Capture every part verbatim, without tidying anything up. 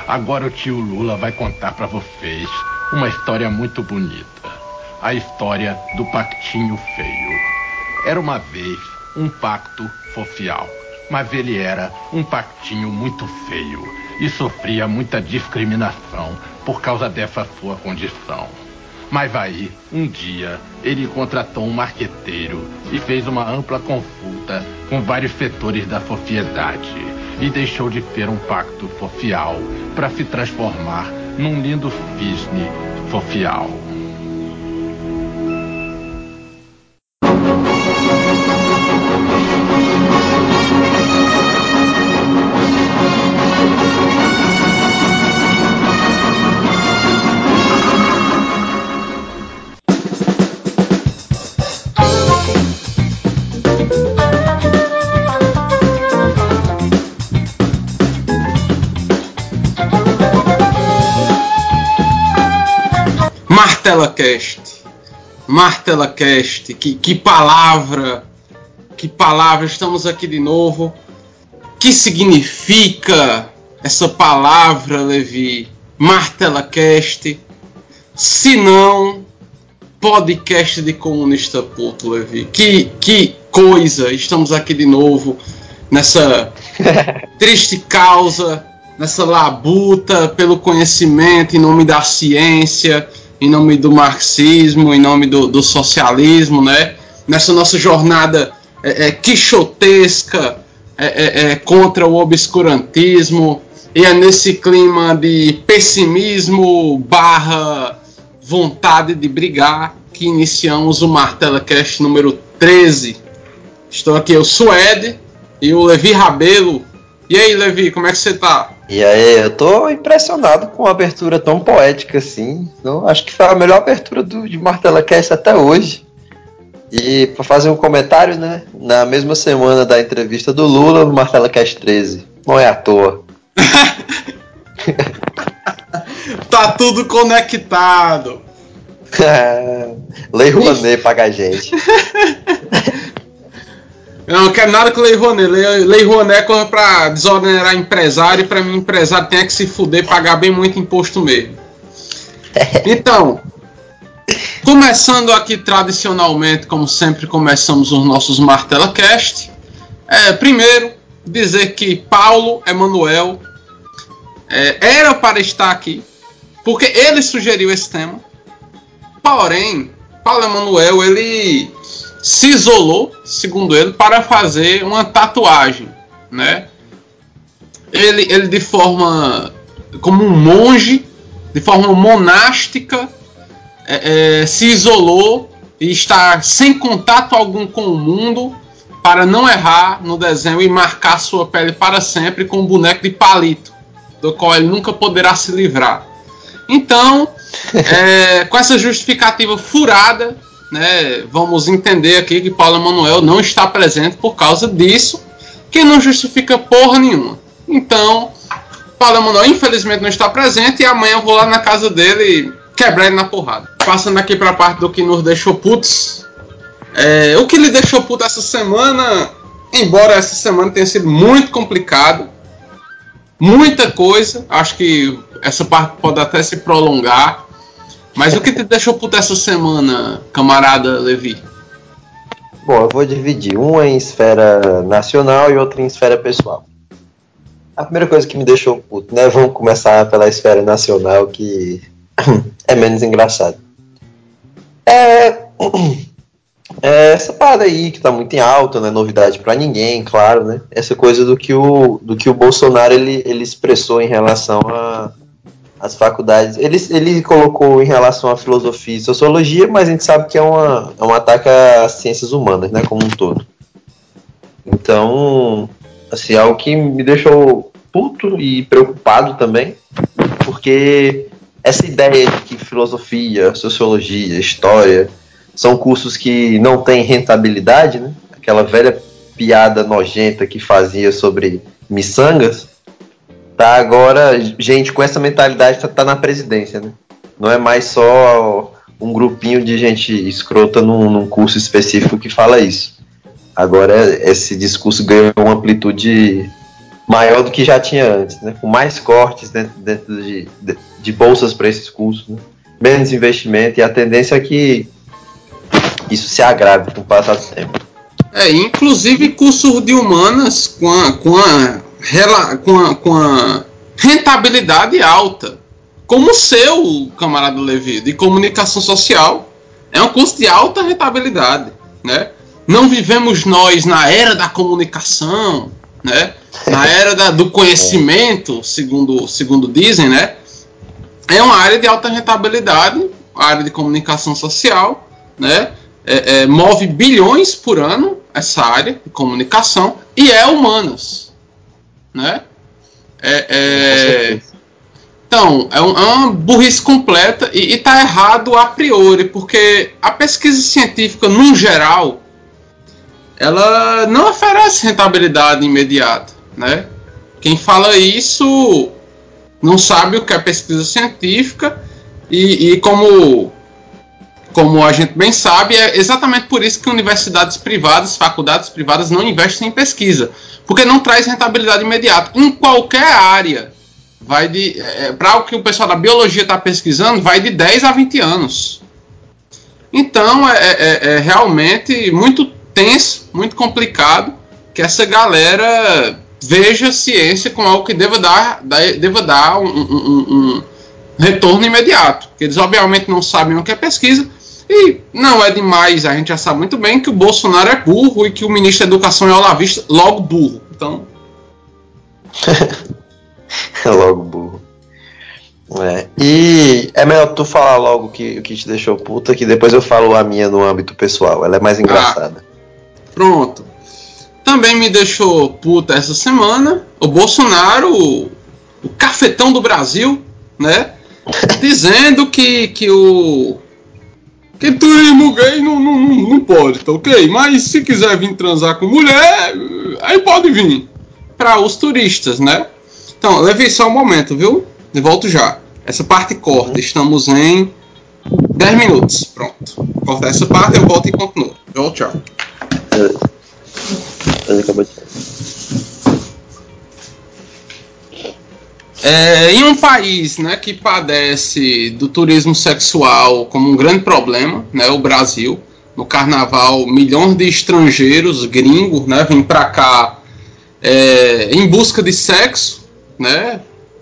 Agora o tio Lula vai contar pra vocês uma história muito bonita. A história do Pactinho Feio. Era uma vez um pacto social, mas ele era um pactinho muito feio e sofria muita discriminação por causa dessa sua condição. Mas aí, um dia, ele contratou um marqueteiro e fez uma ampla consulta com vários setores da sociedade e deixou de ser um pacto social para se transformar num lindo cisne social. MartelaCast, MartelaCast, que, que palavra, que palavra, estamos aqui de novo. O que significa essa palavra, Levi? MartelaCast, se não podcast de comunista puto, Levi. Que, que coisa, estamos aqui de novo nessa triste causa, nessa labuta pelo conhecimento em nome da ciência, em nome do marxismo, em nome do, do socialismo, né? Nessa nossa jornada é, é, quixotesca é, é, é, contra o obscurantismo, e é nesse clima de pessimismo barra vontade de brigar que iniciamos o MartelaCast número treze. Estou aqui, eu sou Ed e o Levi Rabelo. E aí, Levi, como é que você tá? E aí, eu tô impressionado com uma abertura tão poética assim. Então, acho que foi a melhor abertura do, de MartelaCast até hoje. E para fazer um comentário, né? Na mesma semana da entrevista do Lula, no MartelaCast treze. Não é à toa. Tá tudo conectado. Lei Rouanet paga a gente. Eu não quero nada com Lei Rouanet. Lei, Lei Rouanet é coisa pra desonerar empresário, e pra mim empresário tem que se fuder e pagar bem muito imposto mesmo. Então, começando aqui tradicionalmente, como sempre começamos os nossos MartelaCast, é, primeiro, dizer que Paulo Emanuel é, era para estar aqui, porque ele sugeriu esse tema. Porém, Paulo Emanuel, ele se isolou, segundo ele, para fazer uma tatuagem, né? Ele, ele de forma, como um monge, de forma monástica, é, é, se isolou e está sem contato algum com o mundo para não errar no desenho e marcar sua pele para sempre com um boneco de palito, do qual ele nunca poderá se livrar. Então, é, com essa justificativa furada, né, vamos entender aqui que Paulo Emanuel não está presente por causa disso, que não justifica porra nenhuma. Então, Paulo Emanuel infelizmente não está presente e amanhã eu vou lá na casa dele quebrar ele na porrada. Passando aqui para a parte do que nos deixou putos. É, o que lhe deixou puto essa semana, embora essa semana tenha sido muito complicado, muita coisa, acho que essa parte pode até se prolongar. Mas o que te deixou puto essa semana, camarada Levi? Bom, eu vou dividir. Uma em esfera nacional e outra em esfera pessoal. A primeira coisa que me deixou puto, né? Vamos começar pela esfera nacional, que é menos engraçado. É... é essa parada aí que tá muito em alta, não é novidade pra ninguém, claro, né? Essa coisa do que o, do que o Bolsonaro ele, ele expressou em relação a as faculdades, ele, ele colocou em relação à filosofia e sociologia, mas a gente sabe que é, uma, é um ataque às ciências humanas, né, como um todo. Então, assim, é algo que me deixou puto e preocupado também, porque essa ideia de que filosofia, sociologia, história são cursos que não têm rentabilidade, né, aquela velha piada nojenta que fazia sobre miçangas, tá agora, gente com essa mentalidade tá, tá na presidência, né? Não é mais só um grupinho de gente escrota num, num curso específico que fala isso. Agora esse discurso ganhou uma amplitude maior do que já tinha antes, né? Com mais cortes dentro, dentro de, de, de bolsas para esses cursos, né? Menos investimento, e a tendência é que isso se agrave com o passar do tempo. É, inclusive cursos de humanas com a, com a, com a, com a rentabilidade alta, como o seu, camarada Levi, de comunicação social. É um curso de alta rentabilidade, né? Não vivemos nós na era da comunicação, né? Na era da, do conhecimento, segundo, segundo dizem, né? É uma área de alta rentabilidade, a área de comunicação social, né? É, é, move bilhões por ano essa área de comunicação, e é humanas, né? É, é, então, é, um, é uma burrice completa e está errado a priori, porque a pesquisa científica, no geral, ela não oferece rentabilidade imediata, né? Quem fala isso não sabe o que é pesquisa científica e, e como, como a gente bem sabe, é exatamente por isso que universidades privadas, faculdades privadas não investem em pesquisa, porque não traz rentabilidade imediata em qualquer área. Vai de é, para o que o pessoal da biologia está pesquisando, vai de dez a vinte anos. Então é, é, é realmente muito tenso, muito complicado que essa galera veja a ciência como algo que deva dar, deva dar um, um, um retorno imediato. Porque eles obviamente não sabem o que é pesquisa, e não é demais, a gente já sabe muito bem que o Bolsonaro é burro e que o ministro da Educação é olavista, logo burro. Então... É logo burro. É. E é melhor tu falar logo o que, que te deixou puta, que depois eu falo a minha no âmbito pessoal. Ela é mais engraçada. Ah, pronto. Também me deixou puta essa semana o Bolsonaro, o, o cafetão do Brasil, né? Dizendo que, que o que turismo gay não, não, não pode, tá ok? Mas se quiser vir transar com mulher, aí pode vir. Para os turistas, né? Então, levei só um momento, viu? Eu volto já. Essa parte corta. Estamos em dez minutos. Pronto. Corta essa parte, eu volto e continuo. Eu volto já. É, em um país, né, que padece do turismo sexual como um grande problema, né, o Brasil, no carnaval, milhões de estrangeiros, gringos, né, vêm para cá é, em busca de sexo, né,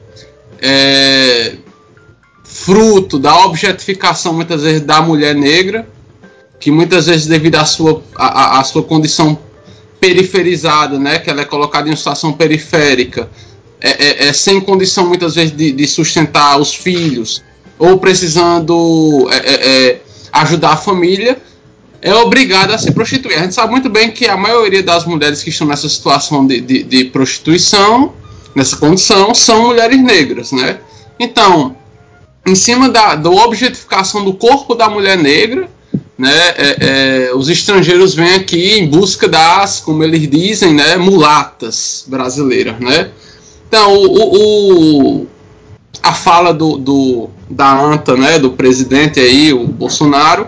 é, fruto da objetificação muitas vezes da mulher negra, que muitas vezes devido à sua, à, à sua condição periferizada, né, que ela é colocada em uma situação periférica, é, é, é sem condição muitas vezes de, de sustentar os filhos, ou precisando é, é, ajudar a família, é obrigada a se prostituir. A gente sabe muito bem que a maioria das mulheres que estão nessa situação de, de, de prostituição, nessa condição, são mulheres negras, né? Então, em cima da, da objetificação do corpo da mulher negra, né, é, é, os estrangeiros vêm aqui em busca das, como eles dizem, né, mulatas brasileiras, né? Então, o, o, a fala do, do, da anta, né, do presidente aí, o Bolsonaro,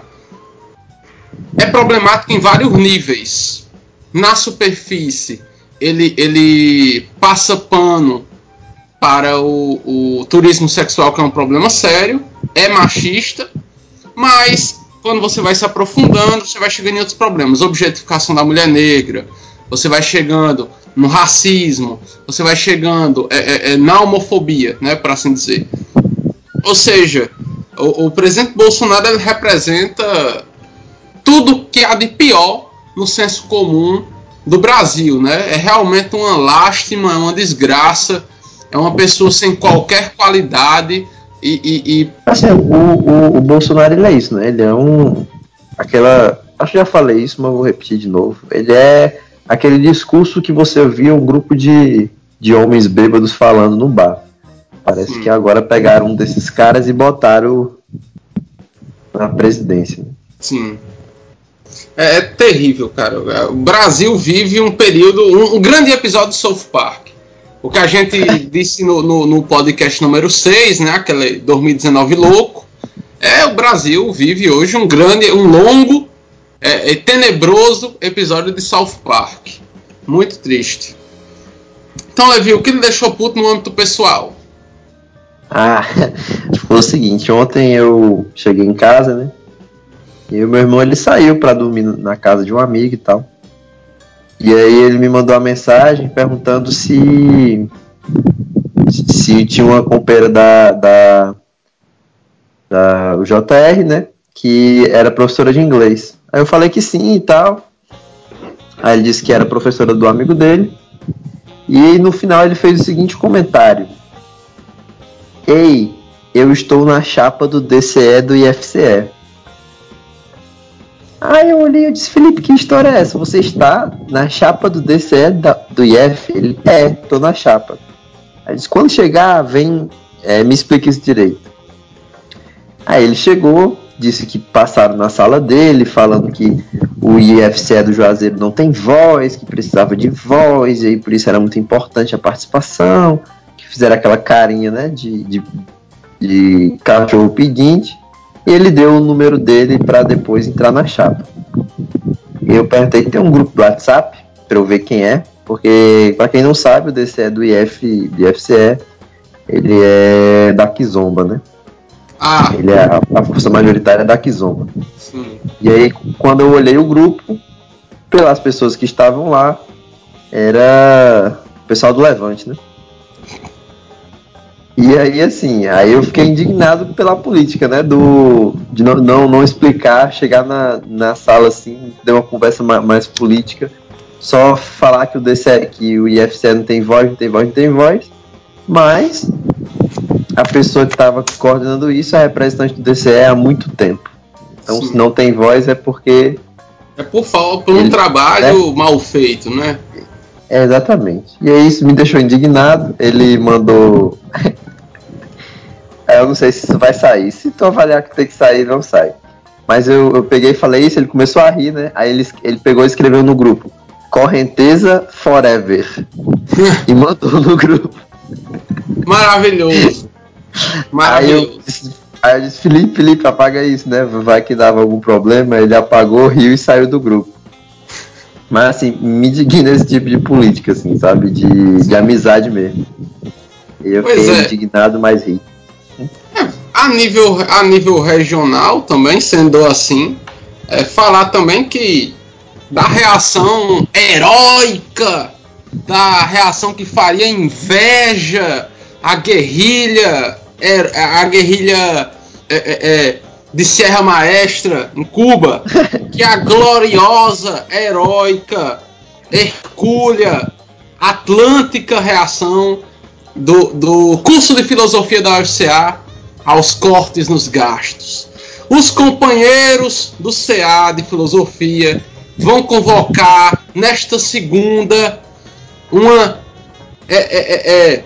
é problemática em vários níveis. Na superfície, ele, ele passa pano para o, o turismo sexual, que é um problema sério, é machista, mas quando você vai se aprofundando, você vai chegando em outros problemas. Objetificação da mulher negra, você vai chegando no racismo, você vai chegando é, é, é, na homofobia, né, por assim dizer. Ou seja, o, o presidente Bolsonaro ele representa tudo que há de pior no senso comum do Brasil, né? É realmente uma lástima, é uma desgraça, é uma pessoa sem qualquer qualidade e... e, e... Assim, o, o, o Bolsonaro ele é isso, né? Ele é um... aquela... acho que já falei isso, mas vou repetir de novo. Ele é aquele discurso que você via um grupo de, de homens bêbados falando no bar. Parece Sim. que agora pegaram um desses caras e botaram na presidência. Sim. É, é terrível, cara. O Brasil vive um período, um, um grande episódio de South Park. O que a gente disse no, no, no podcast número seis, né, aquele dois mil e dezenove louco, é o Brasil vive hoje um grande, um longo é, é tenebroso episódio de South Park. Muito triste. Então, Levi, o que lhe deixou puto no âmbito pessoal? Ah, foi o seguinte, ontem eu cheguei em casa, né? E o meu irmão, ele saiu pra dormir na casa de um amigo e tal. E aí ele me mandou uma mensagem perguntando se se tinha uma companheira da, da, da o J R, né? Que era professora de inglês. Aí eu falei que sim e tal. Aí ele disse que era professora do amigo dele. E no final ele fez o seguinte comentário: Ei, eu estou na chapa do D C E do I F C E. Aí eu olhei e disse, Felipe, que história é essa? Você está na chapa do D C E da, do I F? Ele, é, estou na chapa. Aí eu disse, quando chegar, vem, é, me explica isso direito. Aí ele chegou, disse que passaram na sala dele, falando que o I F C E do Juazeiro não tem voz, que precisava de voz, e aí por isso era muito importante a participação, que fizeram aquela carinha, né, de, de, de cachorro pedinte. E ele deu o número dele para depois entrar na chapa. Eu perguntei, tem um grupo do WhatsApp para eu ver quem é, porque para quem não sabe, o D C E do I F, do I F C E, ele é da Kizomba, né? Ah. Ele é a, a força majoritária da Kizomba. Sim. E aí, quando eu olhei o grupo, pelas pessoas que estavam lá, era o pessoal do Levante, né? E aí, assim, aí eu fiquei indignado pela política, né? Do, de não, não, não explicar, chegar na, na sala, assim, ter uma conversa mais, mais política, só falar que o D C E, que o I F C E não tem voz, não tem voz, não tem voz, mas a pessoa que estava coordenando isso é a representante do D C E há muito tempo. Então, sim, se não tem voz é porque... É por falta, por um ele, trabalho, né, mal feito, né? É, exatamente. E aí isso me deixou indignado, ele mandou... Eu não sei se isso vai sair. Se tu avaliar que tem que sair, não sai. Mas eu, eu peguei e falei isso, ele começou a rir, né? Aí ele, ele pegou e escreveu no grupo: Correnteza Forever. E mandou no grupo. Maravilhoso. Maravilhoso. Aí eu disse, aí eu disse Felipe, Felipe, apaga isso, né? Vai que dava algum problema. Ele apagou, riu e saiu do grupo. Mas assim, me indigna esse tipo de política, assim, sabe? De, de amizade mesmo. E eu pois fiquei é. indignado, mas ri. A nível, a nível regional também, sendo assim, é, falar também que da reação heróica, da reação que faria inveja à guerrilha, a guerrilha é, é, de Serra Maestra, em Cuba, que a gloriosa, heróica, hercúlea, atlântica reação do, do curso de filosofia da U F C A aos cortes nos gastos. Os companheiros do C A de filosofia vão convocar nesta segunda uma é, é, é,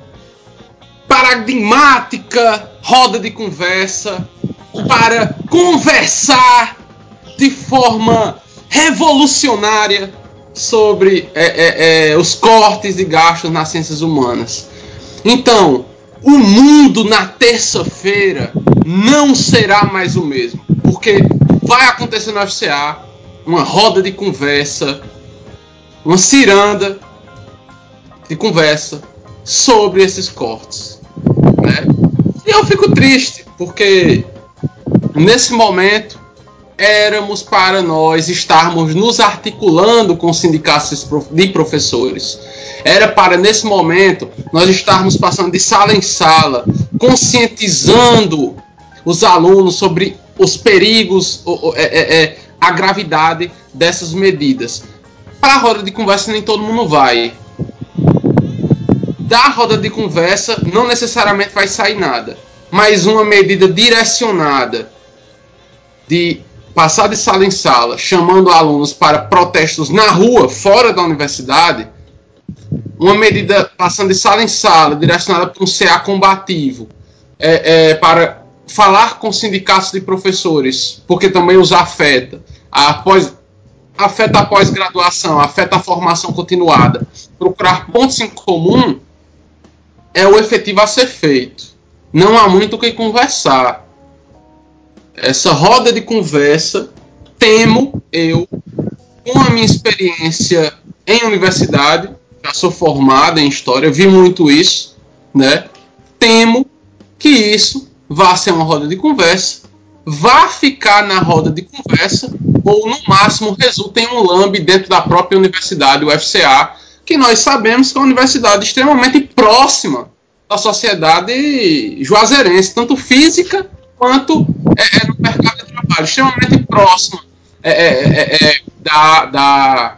paradigmática roda de conversa para conversar de forma revolucionária sobre é, é, é, os cortes de gastos nas ciências humanas. Então, o mundo na terça-feira não será mais o mesmo, porque vai acontecer na U F C A uma roda de conversa, uma ciranda de conversa sobre esses cortes, né? E eu fico triste, porque nesse momento éramos para nós estarmos nos articulando com sindicatos de professores. Era para, nesse momento, nós estarmos passando de sala em sala, conscientizando os alunos sobre os perigos, é, é, é, a gravidade dessas medidas. Para a roda de conversa nem todo mundo vai. Da roda de conversa não necessariamente vai sair nada, mas uma medida direcionada de passar de sala em sala, chamando alunos para protestos na rua, fora da universidade, uma medida passando de sala em sala, direcionada para um C A combativo, é, é, para falar com sindicatos de professores, porque também os afeta, após, afeta a pós-graduação, afeta a formação continuada, procurar pontos em comum é o efetivo a ser feito. Não há muito o que conversar. Essa roda de conversa, temo eu, com a minha experiência em universidade, já sou formado em história, vi muito isso, né? Temo que isso vá ser uma roda de conversa, vá ficar na roda de conversa, ou no máximo resulta em um lambe dentro da própria universidade, o U F C A, que nós sabemos que é uma universidade extremamente próxima da sociedade juazeirense, tanto física quanto é, é, no mercado de trabalho, extremamente próxima é, é, é, da, da,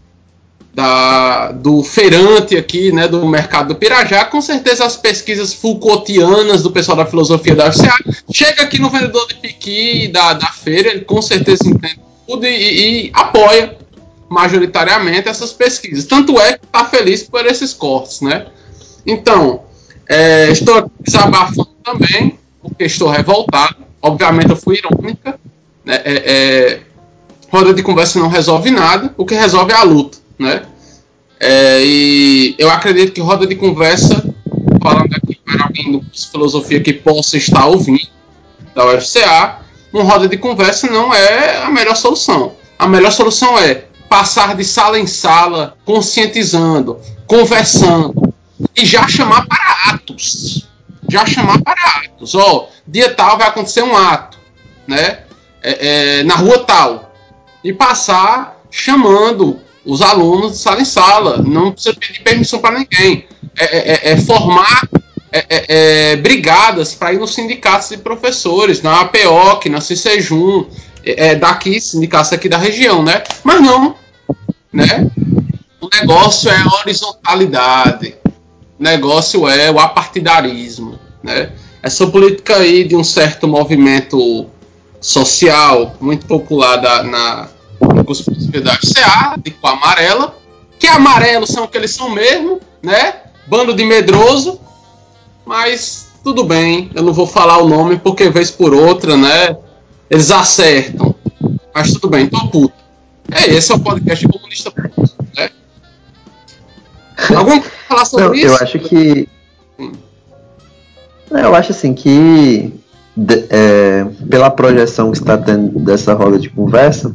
da, do feirante aqui, né, do mercado do Pirajá. Com certeza as pesquisas Foucaultianas do pessoal da filosofia da U F C A chega aqui no vendedor de piqui da, da feira, ele com certeza entende tudo e, e apoia majoritariamente essas pesquisas. Tanto é que está feliz por esses cortes, né? Então, é, estou desabafando também, porque estou revoltado. Obviamente eu fui irônica, né? é, é, roda de conversa não resolve nada, o que resolve é a luta, né? É, e eu acredito que roda de conversa, falando aqui para alguém do curso de filosofia que possa estar ouvindo da U F C A, uma roda de conversa não é a melhor solução. A melhor solução é passar de sala em sala, conscientizando, conversando, e já chamar para atos. Já chamar para atos. Ó, oh, dia tal vai acontecer um ato, né? É, é, na rua tal. E passar chamando os alunos de sala em sala. Não precisa pedir permissão para ninguém. É, é, é formar é, é, é, brigadas para ir nos sindicatos de professores, na A P O C, na CICEJUM, é, daqui, sindicatos aqui da região, né? Mas não, né? O negócio é a horizontalidade. O negócio é o apartidarismo, né? Essa política aí de um certo movimento social muito popular da, na, no curso de filosofia da U F C A, de cor amarela, que amarelos são o que eles são mesmo, né? Bando de medroso, mas tudo bem, eu não vou falar o nome porque vez por outra, né? Eles acertam, mas tudo bem, tô puto. É, esse é o podcast comunista, né? Algum falar sobre não, isso? Eu acho que. Eu acho assim que de, é, pela projeção que está tendo dessa roda de conversa,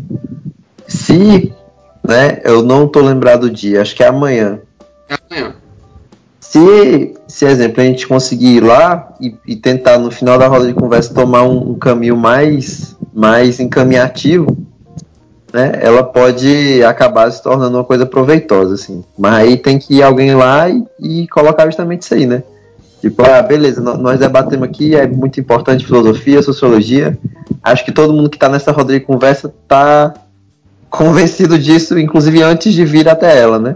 se, né, eu não estou lembrado do dia, acho que é amanhã. É amanhã. Se, se exemplo, a gente conseguir ir lá e, e tentar no final da roda de conversa tomar um, um caminho mais, mais encaminhativo, né, ela pode acabar se tornando uma coisa proveitosa, assim. Mas aí tem que ir alguém lá e, e colocar justamente isso aí, né? Tipo, ah, beleza, nós debatemos aqui, é muito importante filosofia, sociologia. Acho que todo mundo que está nessa roda de conversa está convencido disso, inclusive antes de vir até ela, né?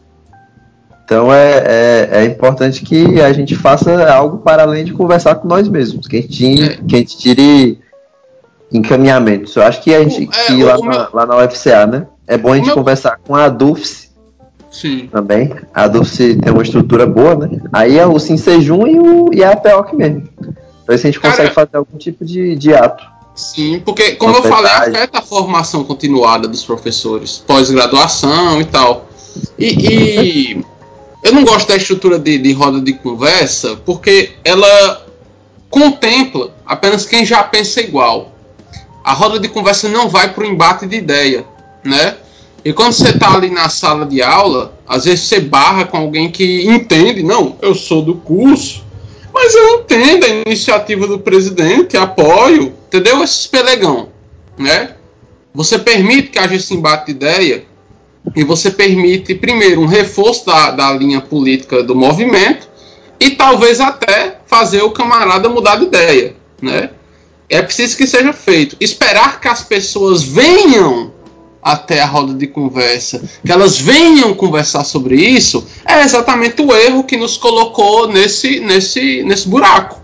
Então é, é, é importante que a gente faça algo para além de conversar com nós mesmos, que a gente, é. que a gente tire encaminhamentos. Eu acho que a gente é, que lá, meu... na, lá na U F C A, né? É bom a gente meu... conversar com a Dufs. Sim. Também. A Dulce tem uma estrutura boa, né? Aí é o Sinsejum e, o, e a A P O C mesmo. Pra ver se a gente Cara, consegue fazer algum tipo de, de ato. Sim, porque, como eu falei, afeta a formação continuada dos professores, pós-graduação e tal. E, e eu não gosto da estrutura de, de roda de conversa, porque ela contempla apenas quem já pensa igual. A roda de conversa não vai para o embate de ideia, né? E quando você está ali na sala de aula, às vezes você barra com alguém que entende, não, eu sou do curso, mas eu entendo a iniciativa do presidente, apoio, entendeu? Esse pelegão, né? Você permite que haja esse embate de ideia e você permite, primeiro, um reforço da, da linha política do movimento e talvez até fazer o camarada mudar de ideia, né? É preciso que seja feito. Esperar que as pessoas venham até a roda de conversa, que elas venham conversar sobre isso, é exatamente o erro que nos colocou nesse, nesse, nesse buraco.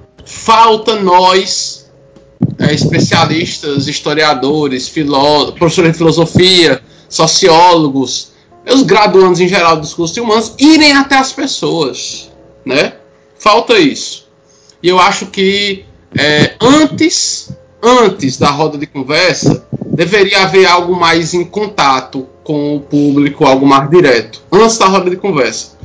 Falta nós, é, especialistas, historiadores, filó- professores de filosofia, sociólogos, os graduandos em geral dos cursos de humanos, irem até as pessoas, né? Falta isso. E eu acho que é, antes, antes da roda de conversa, deveria haver algo mais em contato com o público, algo mais direto, antes da roda de conversa.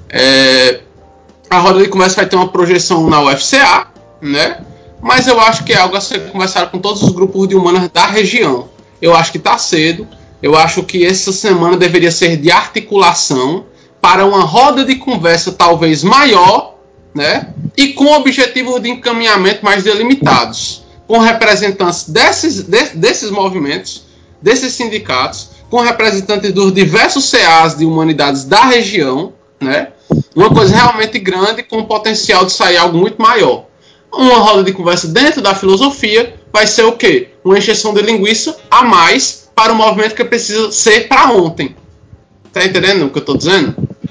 É, a roda de conversa vai ter uma projeção na U F C A, né? Mas eu acho que é algo a ser conversado com todos os grupos de humanas da região. Eu acho que está cedo. Eu acho que essa semana deveria ser de articulação para uma roda de conversa talvez maior, né, e com objetivos de encaminhamento mais delimitados, com representantes desses, de, desses movimentos, desses sindicatos, com representantes dos diversos C As de humanidades da região, né, uma coisa realmente grande com o potencial de sair algo muito maior. Uma roda de conversa dentro da filosofia vai ser o quê? Uma encheção de linguiça a mais para o movimento que precisa ser para ontem. Tá entendendo o que eu estou dizendo?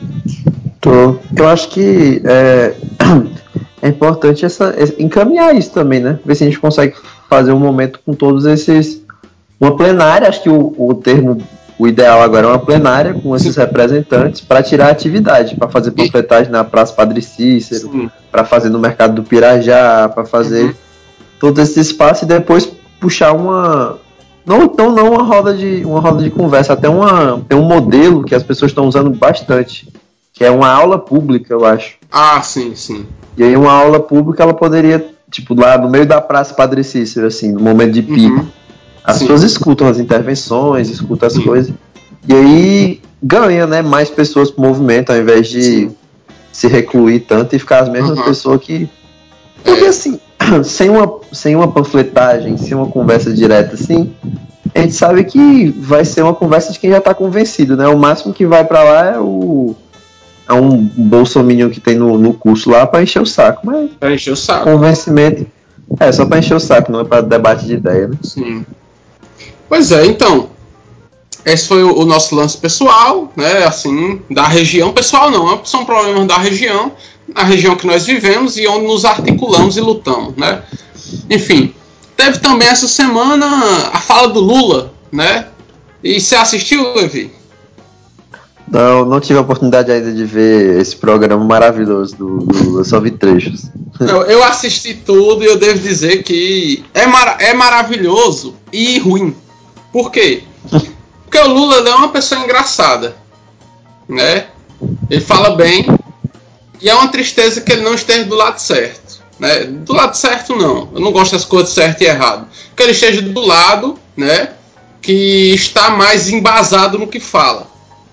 Tô. Eu acho que é, é importante essa, encaminhar isso também, né? Ver se a gente consegue fazer um momento com todos esses... Uma plenária, acho que o, o termo, o ideal agora é uma plenária com esses Sim. representantes para tirar a atividade, para fazer panfletagem na Praça Padre Cícero, para fazer no Mercado do Pirajá, para fazer uhum. todo esse espaço e depois puxar uma... Não, então não uma roda de, uma roda de conversa, até uma, tem um modelo que as pessoas estão usando bastante, que é uma aula pública, eu acho. Ah, sim, sim. E aí uma aula pública, ela poderia, tipo, lá no meio da Praça Padre Cícero, assim, no momento de pico. Uhum. As sim. pessoas escutam as intervenções, escutam as sim. coisas. E aí ganha, né, mais pessoas pro movimento, ao invés de sim. se recluir tanto e ficar as mesmas uhum. pessoas que... Porque, é. assim, sem uma, sem uma panfletagem, sem uma conversa direta, assim... A gente sabe que vai ser uma conversa de quem já está convencido, né? O máximo que vai para lá é o é um bolsominion que tem no, no curso lá para encher o saco, mas para encher o saco. Convencimento é só para encher o saco, não é para debate de ideia, né? Sim. Pois é, então esse foi o, o nosso lance pessoal, né? Assim, da região pessoal não, são problemas da região, a região que nós vivemos e onde nos articulamos e lutamos, né? Enfim. Teve também essa semana a fala do Lula, né? E você assistiu, Levi? Não, não tive a oportunidade ainda de ver esse programa maravilhoso do, do Lula, só vi trechos. Não, eu assisti tudo e eu devo dizer que é, mar- é maravilhoso e ruim. Por quê? Porque o Lula é uma pessoa engraçada, né? Ele fala bem e é uma tristeza que ele não esteja do lado certo. Né? Do lado certo não, eu não gosto das coisas certo e errado, que ele esteja do lado, né, que está mais embasado no que fala,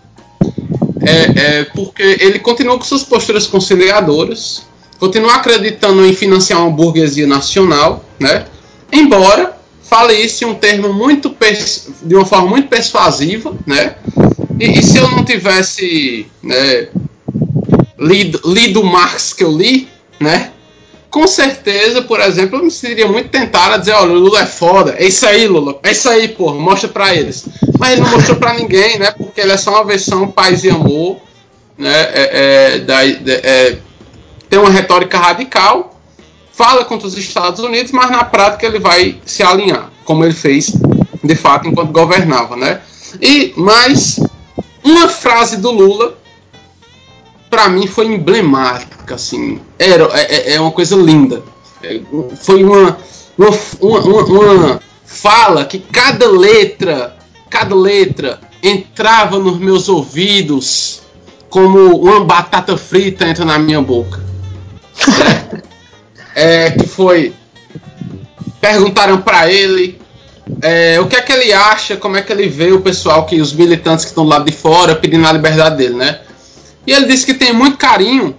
é, é, porque ele continua com suas posturas conciliadoras, continua acreditando em financiar uma burguesia nacional, né, embora fale isso em um termo muito pers- de uma forma muito persuasiva, né, e, e se eu não tivesse, né, lido, lido o Marx que eu li, né, com certeza, por exemplo, eu me sentiria muito tentado a dizer, olha, o Lula é foda, é isso aí, Lula, é isso aí, porra, mostra pra eles. Mas ele não mostrou pra ninguém, né, porque ele é só uma versão paz e amor, né, é, é, da, é, tem uma retórica radical, fala contra os Estados Unidos, mas na prática ele vai se alinhar, como ele fez, de fato, enquanto governava, né. E, mas, uma frase do Lula, pra mim foi emblemática, assim, era, é, é uma coisa linda, é, foi uma, uma, uma, uma fala que cada letra, cada letra entrava nos meus ouvidos como uma batata frita entra na minha boca, né? É, que foi, perguntaram pra ele é, o que é que ele acha, como é que ele vê o pessoal, que os militantes que estão do lado de fora pedindo a liberdade dele, né? E ele disse que tem muito carinho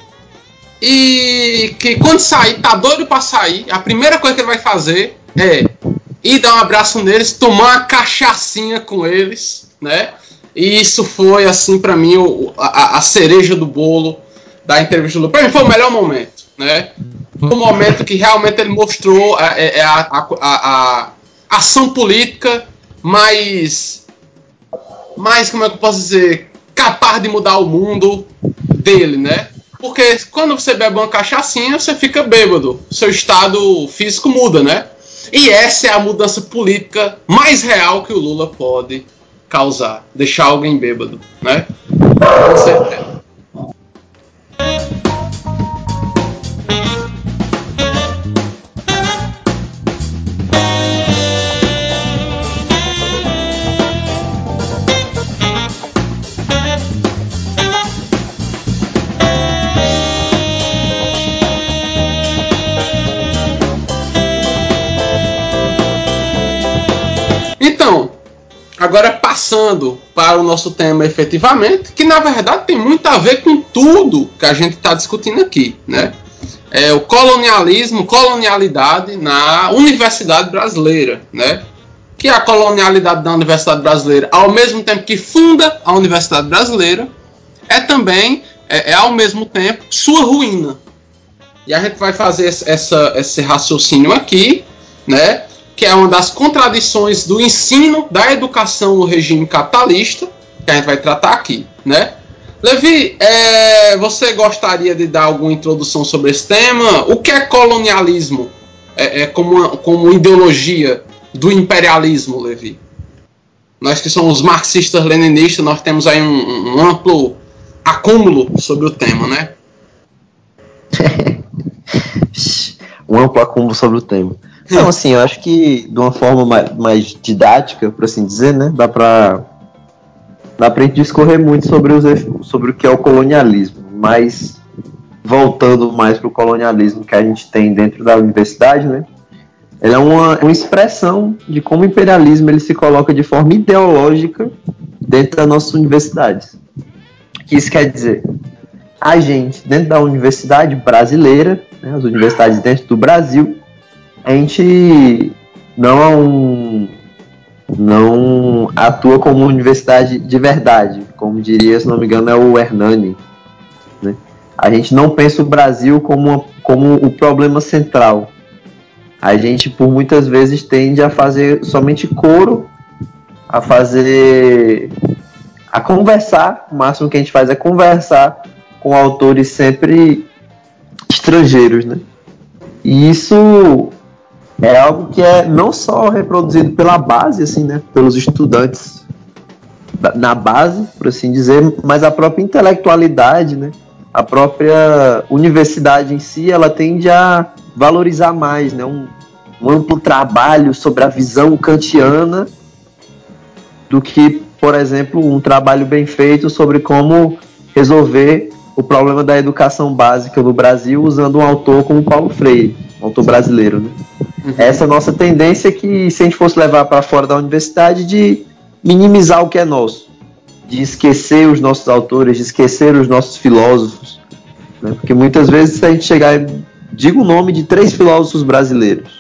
e que quando sair, tá doido pra sair, a primeira coisa que ele vai fazer é ir dar um abraço neles, tomar uma cachaçinha com eles, né? E isso foi, assim, pra mim, o, a, a cereja do bolo da entrevista do Lula. Pra mim foi o melhor momento, né? O momento que realmente ele mostrou a, a, a, a, a ação política mais, mais, como é que eu posso dizer, capaz de mudar o mundo dele, né? Porque quando você bebe uma cachaçinha, você fica bêbado. Seu estado físico muda, né? E essa é a mudança política mais real que o Lula pode causar. Deixar alguém bêbado, né? Com certeza. agora passando para o nosso tema efetivamente, que na verdade tem muito a ver com tudo que a gente está discutindo aqui, né? É o colonialismo, colonialidade na Universidade Brasileira, né? Que é a colonialidade da Universidade Brasileira, ao mesmo tempo que funda a Universidade Brasileira, é também, é, é ao mesmo tempo, sua ruína. E a gente vai fazer essa, esse raciocínio aqui, né? Que é uma das contradições do ensino da educação no regime capitalista, que a gente vai tratar aqui, né? Levi, é, você gostaria de dar alguma introdução sobre esse tema? O que é colonialismo é, é como, uma, como ideologia do imperialismo, Levi? Nós que somos marxistas-leninistas, nós temos aí um, um amplo acúmulo sobre o tema, né? um amplo acúmulo sobre o tema. Então, assim, eu acho que de uma forma mais, mais didática, por assim dizer, né, dá pra, dá pra gente discorrer muito sobre, os, sobre o que é o colonialismo, mas voltando mais pro colonialismo que a gente tem dentro da universidade, né, ele é uma, uma expressão de como o imperialismo ele se coloca de forma ideológica dentro das nossas universidades. O que isso quer dizer? A gente, dentro da universidade brasileira, né, as universidades dentro do Brasil, a gente não, não atua como universidade de verdade, como diria, se não me engano, é o Hernani, né? A gente não pensa o Brasil como, uma, como o problema central. A gente, por muitas vezes, tende a fazer somente coro, a fazer... a conversar, o máximo que a gente faz é conversar com autores sempre estrangeiros, né? E isso é algo que é não só reproduzido pela base, assim, né, pelos estudantes na base, por assim dizer, mas a própria intelectualidade, né, a própria universidade em si, ela tende a valorizar mais, né, um, um amplo trabalho sobre a visão kantiana do que, por exemplo, um trabalho bem feito sobre como resolver o problema da educação básica no Brasil usando um autor como Paulo Freire, um autor brasileiro, né? Uhum. Essa é a nossa tendência que, se a gente fosse levar para fora da universidade, de minimizar o que é nosso, de esquecer os nossos autores, de esquecer os nossos filósofos, né? Porque muitas vezes, se a gente chegar e diga o nome de três filósofos brasileiros,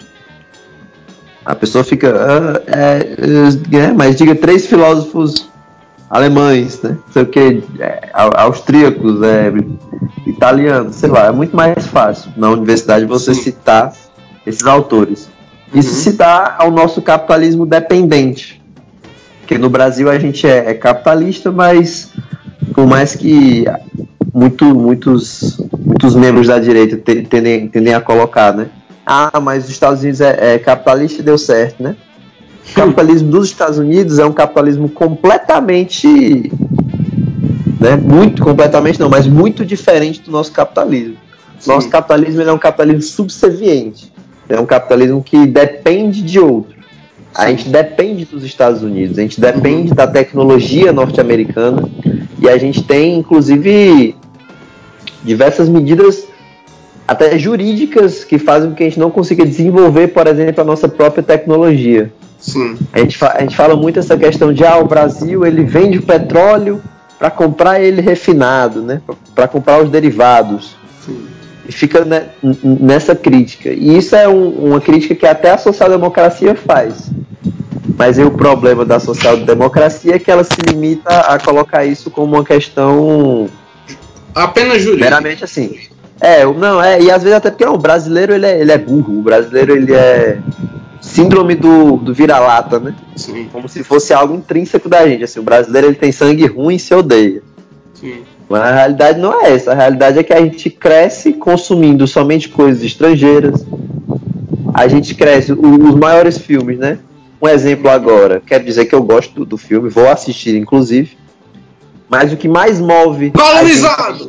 a pessoa fica, ah, é, é, mas diga três filósofos alemães, né? Não sei o que, é, austríacos, é, italianos, sei lá, é muito mais fácil na universidade você Sim. citar esses autores. Uhum. Isso se dá ao nosso capitalismo dependente, porque no Brasil a gente é, é capitalista, mas por mais que muito, muitos, muitos membros da direita tendem, tendem a colocar, né? Ah, mas os Estados Unidos é, é capitalista e deu certo, né? O capitalismo dos Estados Unidos é um capitalismo completamente, né, muito, completamente não, mas muito diferente do nosso capitalismo. Sim. Nosso capitalismo ele é um capitalismo subserviente, é um capitalismo que depende de outro. Sim. A gente depende dos Estados Unidos, a gente depende uhum. da tecnologia norte-americana e a gente tem, inclusive, diversas medidas até jurídicas que fazem com que a gente não consiga desenvolver, por exemplo, a nossa própria tecnologia. Sim. A gente, fa- a gente fala muito essa questão de ah, o Brasil ele vende o petróleo para comprar ele refinado, né? Para comprar os derivados. Sim. E fica né, nessa crítica. E isso é um, uma crítica que até a social-democracia faz. Mas aí o problema da social-democracia é que ela se limita a colocar isso como uma questão apenas jurídica. Meramente assim. É, não, é, e às vezes até porque não, o brasileiro ele é, ele é burro, o brasileiro ele é síndrome do, do vira-lata, né? Sim. Como se fosse algo intrínseco da gente, assim, o brasileiro ele tem sangue ruim e se odeia. Sim. Mas a realidade não é essa, a realidade é que a gente cresce consumindo somente coisas estrangeiras, a gente cresce, o, os maiores filmes, né? Um exemplo agora, quero dizer que eu gosto do, do filme, vou assistir inclusive, mas o que mais move... Colonizado!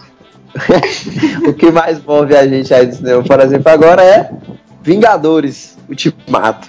O que mais move a gente aí do cinema, por exemplo, agora é Vingadores, Ultimato.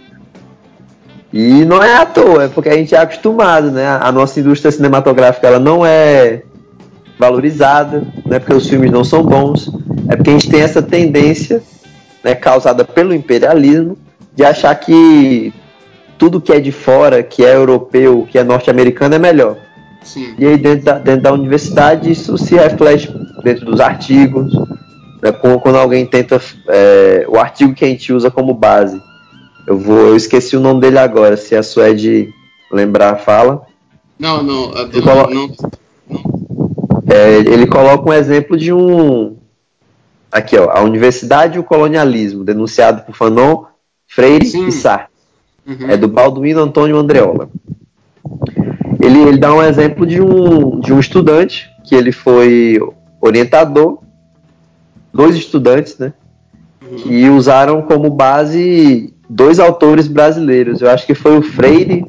E não é à toa, é porque a gente é acostumado, né? A nossa indústria cinematográfica ela não é valorizada, não é porque os filmes não são bons, é porque a gente tem essa tendência, né, causada pelo imperialismo, de achar que tudo que é de fora, que é europeu, que é norte-americano, é melhor. Sim. E aí dentro da, dentro da universidade isso se reflete dentro dos artigos, né, quando alguém tenta é, o artigo que a gente usa como base. Eu vou, eu esqueci o nome dele agora, se a Suede lembrar, fala. Não, não, Ele coloca, não, não. É, ele coloca um exemplo de um aqui, ó, a Universidade e o Colonialismo, denunciado por Fanon, Freire Sim. e Sartre. Uhum. É do Balduino Antônio Andreola. Ele, ele dá um exemplo de um, de um estudante que ele foi orientador, dois estudantes, né, Uhum. que usaram como base dois autores brasileiros. Eu acho que foi o Freire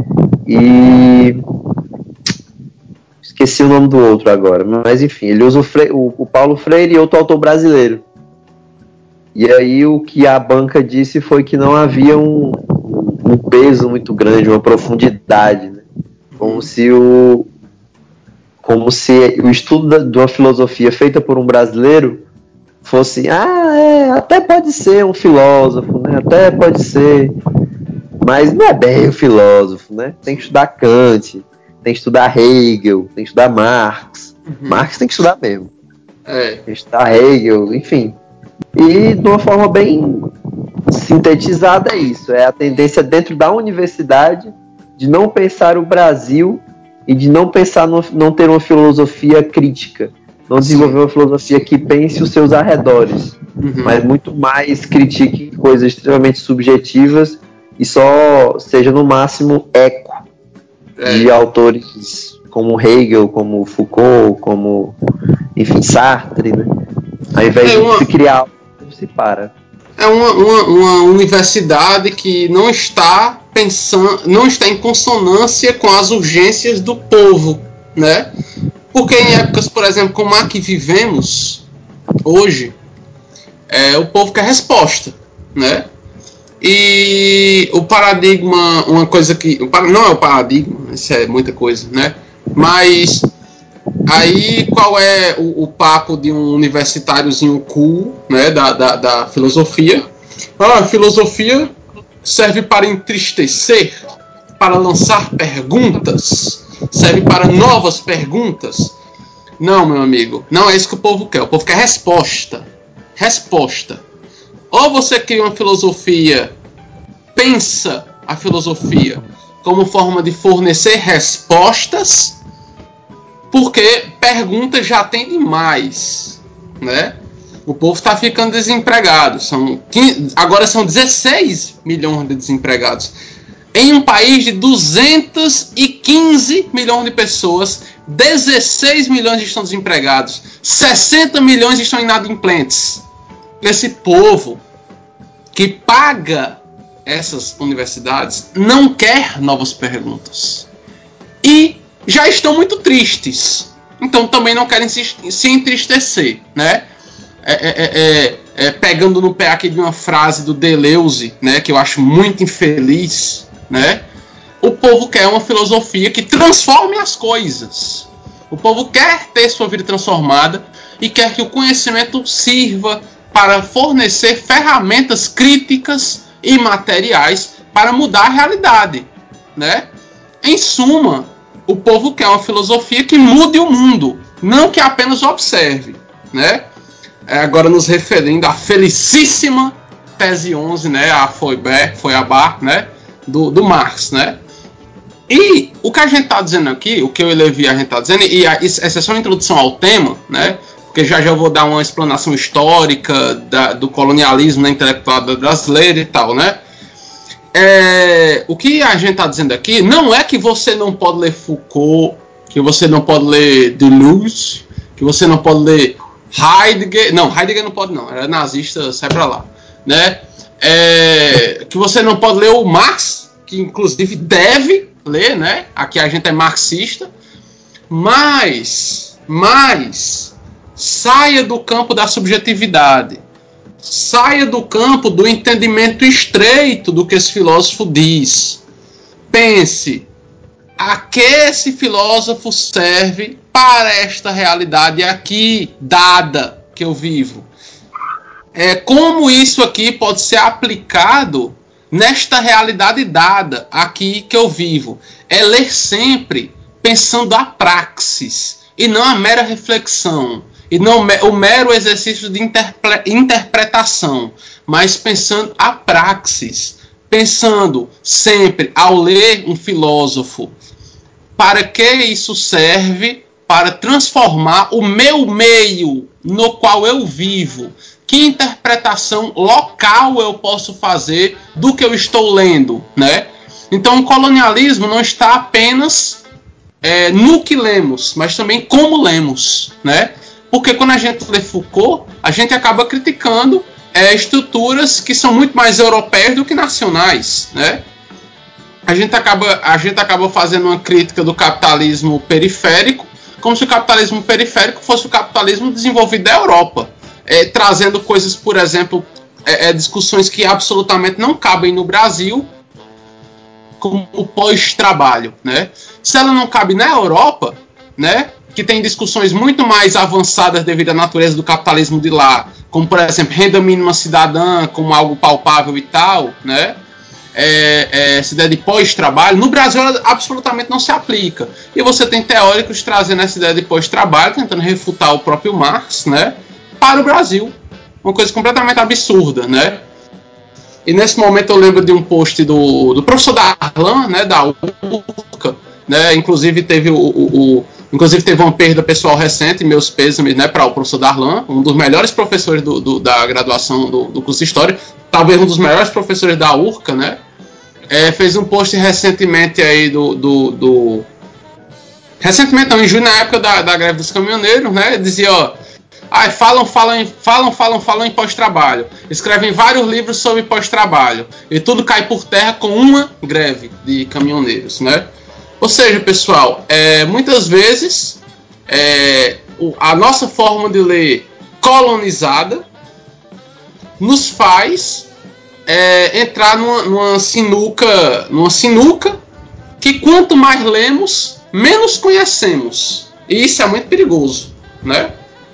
e esqueci o nome do outro agora, mas enfim, ele usa o, Freire, o, o Paulo Freire e outro autor brasileiro. E aí o que a banca disse foi que não havia um, um peso muito grande, uma profundidade, né? Como Uhum. se o como se o estudo da, de uma filosofia feita por um brasileiro fosse, ah, é, até pode ser um filósofo, né? Até pode ser, mas não é bem um filósofo, né? Tem que estudar Kant, tem que estudar Hegel, tem que estudar Marx. Uhum. Marx tem que estudar mesmo. É. Tem que estudar Hegel, enfim. E de uma forma bem sintetizada é isso. É a tendência dentro da universidade de não pensar o Brasil e de não pensar, no, não ter uma filosofia crítica. Não desenvolver Sim. uma filosofia que pense os seus arredores. Uhum. Mas muito mais critique coisas extremamente subjetivas e só seja no máximo eco É. de autores como Hegel, como Foucault, como, enfim, Sartre, né? Ao invés É de uma- se criar algo, se para. É uma, uma, uma universidade que não está pensando, não está em consonância com as urgências do povo, né? Porque em épocas, por exemplo, como a que vivemos hoje, é, o povo quer resposta, né? E o paradigma, uma coisa que não é o paradigma, isso é muita coisa, né? Mas aí qual é o, o papo de um universitáriozinho cool, né, da, da, da filosofia? Ah, a filosofia serve para entristecer, para lançar perguntas, serve para novas perguntas. Não, meu amigo, não é isso que o povo quer. O povo quer resposta. Resposta. Ou você cria uma filosofia, pensa a filosofia como forma de fornecer respostas, porque perguntas já tem demais, né? O povo está ficando desempregado. São quinze, agora são dezesseis milhões de desempregados. Em um país de duzentos e quinze milhões de pessoas, dezesseis milhões estão desempregados. sessenta milhões estão inadimplentes. Esse povo que paga essas universidades não quer novas perguntas. E já estão muito tristes. Então também não querem se, se entristecer, né? É, é, é, é, pegando no pé aqui de uma frase do Deleuze, né, que eu acho muito infeliz, né? O povo quer uma filosofia que transforme as coisas. O povo quer ter sua vida transformada e quer que o conhecimento sirva para fornecer ferramentas críticas e materiais para mudar a realidade, né? Em suma, o povo quer uma filosofia que mude o mundo, não que apenas observe, né? É, agora nos referindo à felicíssima tese onze, né? A Feuerbach, Feuerbach, né? Do, do Marx, né? E o que a gente está dizendo aqui, o que eu e Levi a gente está dizendo, e a, essa é só uma introdução ao tema, né? Porque já já vou dar uma explanação histórica da, do colonialismo na intelectualidade brasileira e tal, né? É, o que a gente está dizendo aqui não é que você não pode ler Foucault, que você não pode ler Deleuze, que você não pode ler Heidegger. Não, Heidegger não pode não, era nazista, sai pra lá, né? É, que você não pode ler o Marx, que inclusive deve ler, né? Aqui a gente é marxista, mas, mas saia do campo da subjetividade. Saia do campo do entendimento estreito do que esse filósofo diz. Pense, a que esse filósofo serve para esta realidade aqui, dada, que eu vivo? É, como isso aqui pode ser aplicado nesta realidade dada aqui que eu vivo. É ler sempre pensando a praxis, e não a mera reflexão, e não o mero exercício de interpre- interpretação, mas pensando a praxis, pensando sempre, ao ler um filósofo, para que isso serve? Para transformar o meu meio no qual eu vivo. Que interpretação local eu posso fazer do que eu estou lendo, né? Então o colonialismo não está apenas é, no que lemos, mas também como lemos, né? Porque quando a gente lê Foucault, a gente acaba criticando é, estruturas que são muito mais europeias do que nacionais, né? A gente acaba, a gente acaba fazendo uma crítica do capitalismo periférico, como se o capitalismo periférico fosse o capitalismo desenvolvido da Europa, é, trazendo coisas, por exemplo, é, é, discussões que absolutamente não cabem no Brasil, como o pós-trabalho, né? Se ela não cabe na Europa, né, que tem discussões muito mais avançadas devido à natureza do capitalismo de lá, como, por exemplo, renda mínima cidadã, como algo palpável e tal, né? É, é, essa ideia de pós-trabalho, no Brasil ela absolutamente não se aplica. E você tem teóricos trazendo essa ideia de pós-trabalho, tentando refutar o próprio Marx, né, para o Brasil. Uma coisa completamente absurda, né? E nesse momento eu lembro de um post do, do professor Darlan, né, da U R C A, né, inclusive teve, o, o, o, inclusive teve uma perda pessoal recente, meus pêsames, né, para o professor Darlan, um dos melhores professores do, do, da graduação do, do curso de História, talvez um dos melhores professores da U R C A, né? É, fez um post recentemente aí do, do, do... recentemente não, em junho, na época da, da greve dos caminhoneiros, né? Dizia, ó, ah, falam, falam, falam, falam, falam em pós-trabalho, escrevem vários livros sobre pós-trabalho e tudo cai por terra com uma greve de caminhoneiros, né? Ou seja, pessoal, é, muitas vezes é, a nossa forma de ler colonizada nos faz É, entrar numa, numa sinuca, numa sinuca que quanto mais lemos, menos conhecemos. E isso é muito perigoso, né?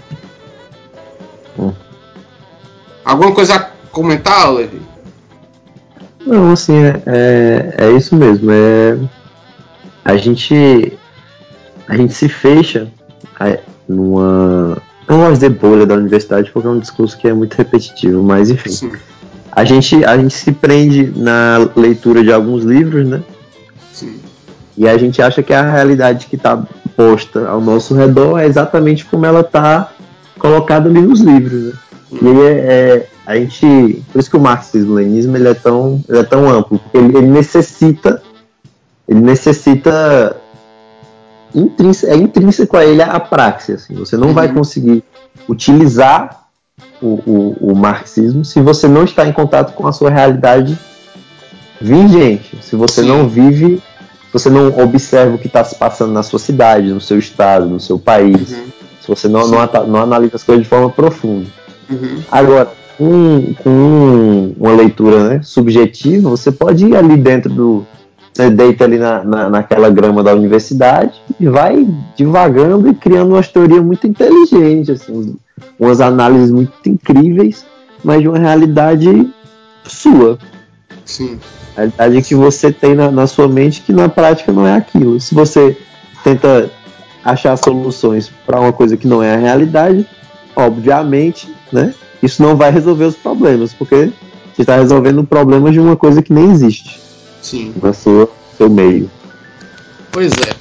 Hum. Alguma coisa a comentar, Levi? Não, assim, é, é, é isso mesmo. É, a gente a gente se fecha numa... Eu não gosto de bolha da universidade porque é um discurso que é muito repetitivo, mas enfim. Sim. A gente, a gente se prende na leitura de alguns livros, né? Sim. E a gente acha que a realidade que está posta ao nosso redor é exatamente como ela está colocada ali nos livros, né? Hum. E aí é, é, a gente... Por isso que o marxismo-leninismo ele é, tão, ele é tão amplo, porque ele, ele necessita... Ele necessita... Intrínseco, é intrínseco a ele a praxis. Assim. Você não uhum. vai conseguir utilizar O, o, o marxismo se você não está em contato com a sua realidade vigente, se você Sim. não vive, se você não observa o que está se passando na sua cidade, no seu estado, no seu país, uhum. se você não, não, não analisa as coisas de forma profunda. Uhum. Agora, com, com uma leitura, né, subjetiva, você pode ir ali dentro do... Você deita ali na, na, naquela grama da universidade e vai divagando e criando umas teorias muito inteligentes, assim, umas análises muito incríveis, mas de uma realidade sua. Sim. A realidade que você tem na, na sua mente que na prática não é aquilo. Se você tenta achar soluções para uma coisa que não é a realidade, obviamente, né, isso não vai resolver os problemas, porque você está resolvendo o problema de uma coisa que nem existe. Sim. Na sua, seu meio. Pois é.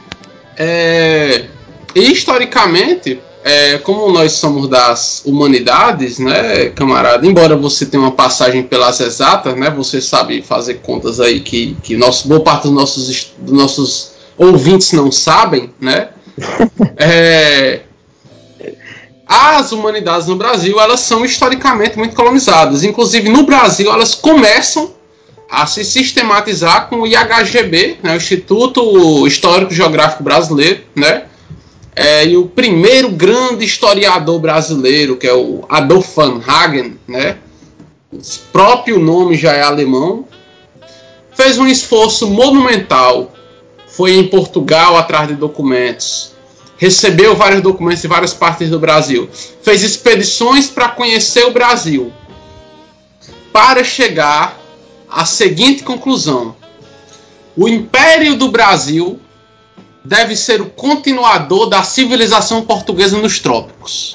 é e historicamente, é, como nós somos das humanidades, né, camarada, embora você tenha uma passagem pelas exatas, né, você sabe fazer contas aí que, que nosso, boa parte dos nossos, dos nossos ouvintes não sabem, né? é, as humanidades no Brasil, elas são historicamente muito colonizadas. Inclusive, no Brasil, elas começam a se sistematizar com o I H G B, né, o Instituto Histórico Geográfico Brasileiro, né, é, e o primeiro grande historiador brasileiro, que é o Adolf van Hagen, né, o próprio nome já é alemão, fez um esforço monumental, foi em Portugal atrás de documentos, recebeu vários documentos de várias partes do Brasil, fez expedições para conhecer o Brasil, para chegar a seguinte conclusão: o Império do Brasil deve ser o continuador da civilização portuguesa nos trópicos.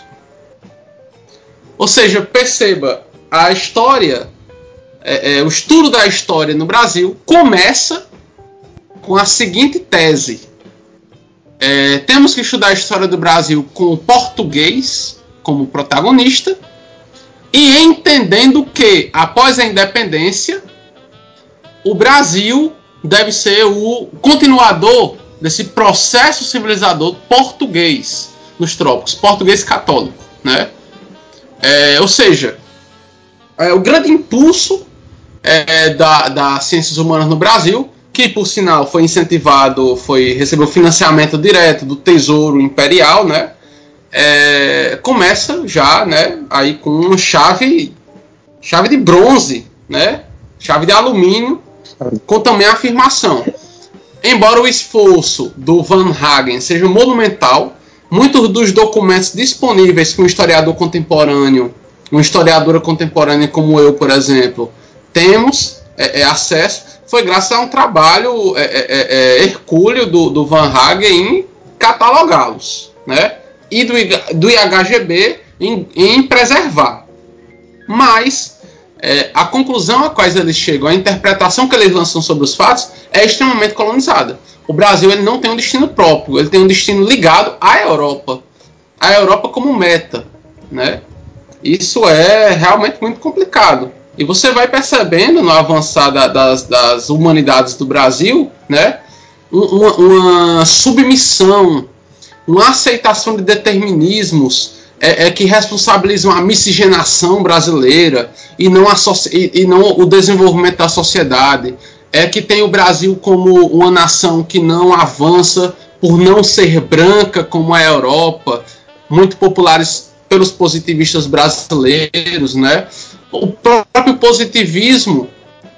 Ou seja, perceba, a história, é, é, o estudo da história no Brasil começa com a seguinte tese: é, temos que estudar a história do Brasil com o português como protagonista e entendendo que, após a independência, o Brasil deve ser o continuador desse processo civilizador português nos trópicos, português católico, né? É, ou seja, é, o grande impulso é, da, das ciências humanas no Brasil, que por sinal foi incentivado, foi, recebeu financiamento direto do Tesouro Imperial, né? É, começa já, né, aí com uma chave, chave de bronze, né? Chave de alumínio, com também a afirmação: embora o esforço do Van Hagen seja monumental, muitos dos documentos disponíveis que um historiador contemporâneo, uma historiadora contemporânea como eu, por exemplo, temos é, é, acesso, foi graças a um trabalho é, é, é, hercúleo do, do Van Hagen em catalogá-los, né? E do, do I H G B em, em preservar. Mas é, a conclusão a qual eles chegam, a interpretação que eles lançam sobre os fatos é extremamente colonizada. O Brasil ele não tem um destino próprio, ele tem um destino ligado à Europa. A Europa como meta, né? Isso é realmente muito complicado. E você vai percebendo no avançar da, das, das humanidades do Brasil, né, uma, uma submissão, uma aceitação de determinismos é, é, que responsabilizam a miscigenação brasileira e não, a e, e não o desenvolvimento da sociedade. É que tem o Brasil como uma nação que não avança por não ser branca como a Europa, muito populares pelos positivistas brasileiros, né? O próprio positivismo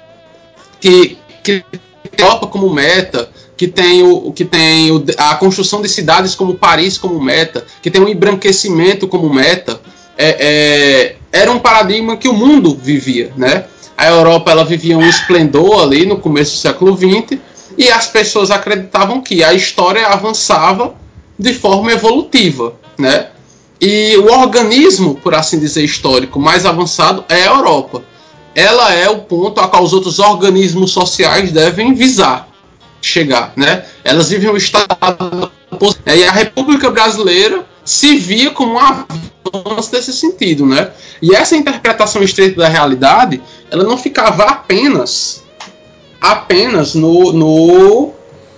que, que tem a Europa como meta, que tem, o, que tem o, a construção de cidades como Paris como meta, que tem o embranquecimento como meta, é, é, era um paradigma que o mundo vivia, né? A Europa ela vivia um esplendor ali no começo do século vinte e as pessoas acreditavam que a história avançava de forma evolutiva, né? E o organismo, por assim dizer, histórico mais avançado é a Europa. Ela é o ponto a qual os outros organismos sociais devem visar, chegar, né? Elas vivem um estado... E a República Brasileira se via como um avanço desse sentido, né? E essa interpretação estreita da realidade, ela não ficava apenas, apenas no, no,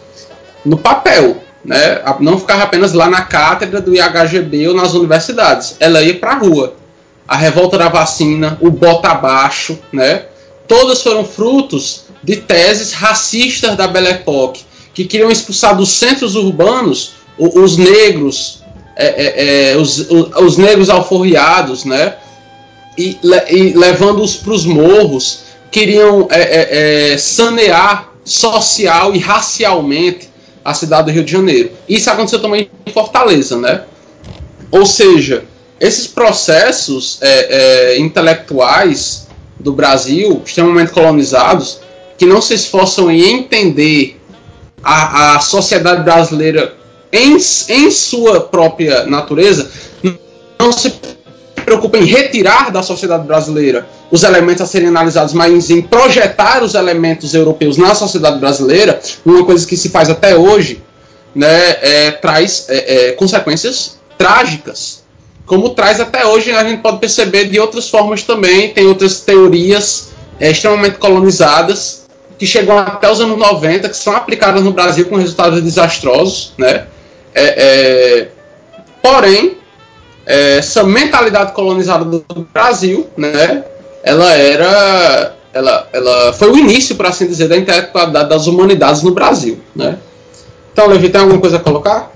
no papel, né? Não ficava apenas lá na cátedra do I H G B ou nas universidades. Ela ia para a rua. A revolta da vacina, o bota abaixo, né? Todas foram frutos de teses racistas da Belle Époque, que queriam expulsar dos centros urbanos os, os negros, é, é, é, os, os negros alforriados, né? E, e levando-os para os morros, queriam é, é, é, sanear social e racialmente a cidade do Rio de Janeiro. Isso aconteceu também em Fortaleza, né? Ou seja, esses processos é, é, intelectuais do Brasil, extremamente colonizados, que não se esforçam em entender a, a sociedade brasileira em, em sua própria natureza, não se preocupa em retirar da sociedade brasileira os elementos a serem analisados, mas em projetar os elementos europeus na sociedade brasileira, uma coisa que se faz até hoje, né, é, traz é, é, consequências trágicas. Como traz até hoje, a gente pode perceber de outras formas também, tem outras teorias é, extremamente colonizadas, que chegam até os anos noventa, que são aplicadas no Brasil com resultados desastrosos, né? É, é, porém, essa mentalidade colonizada do Brasil, né, ela era, ela, ela foi o início, por assim dizer, da intelectualidade das humanidades no Brasil, né? Então, Levi, tem alguma coisa a colocar?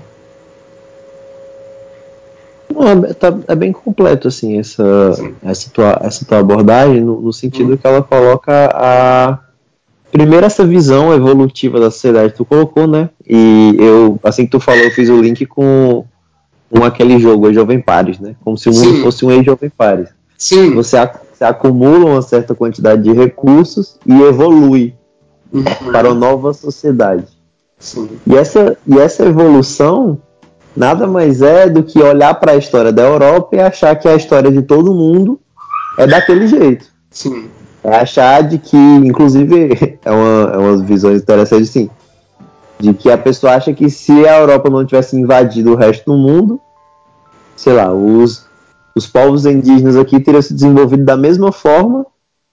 Não, é, tá, é bem completo, assim, essa, essa, tua, essa tua abordagem, no, no sentido hum. que ela coloca a... Primeiro, essa visão evolutiva da sociedade que tu colocou, né? E eu, assim que tu falou, eu fiz o link com, com aquele jogo, Age of Empires, né? Como se o mundo Sim. fosse um Age of Empires. Sim. Você, se acumula uma certa quantidade de recursos e evolui uhum. para uma nova sociedade. Sim. E essa, e essa evolução nada mais é do que olhar para a história da Europa e achar que a história de todo mundo é daquele jeito. Sim. É achar de que, inclusive, é uma, é umas visões interessantes, sim, de que a pessoa acha que se a Europa não tivesse invadido o resto do mundo, sei lá, os, os povos indígenas aqui teriam se desenvolvido da mesma forma,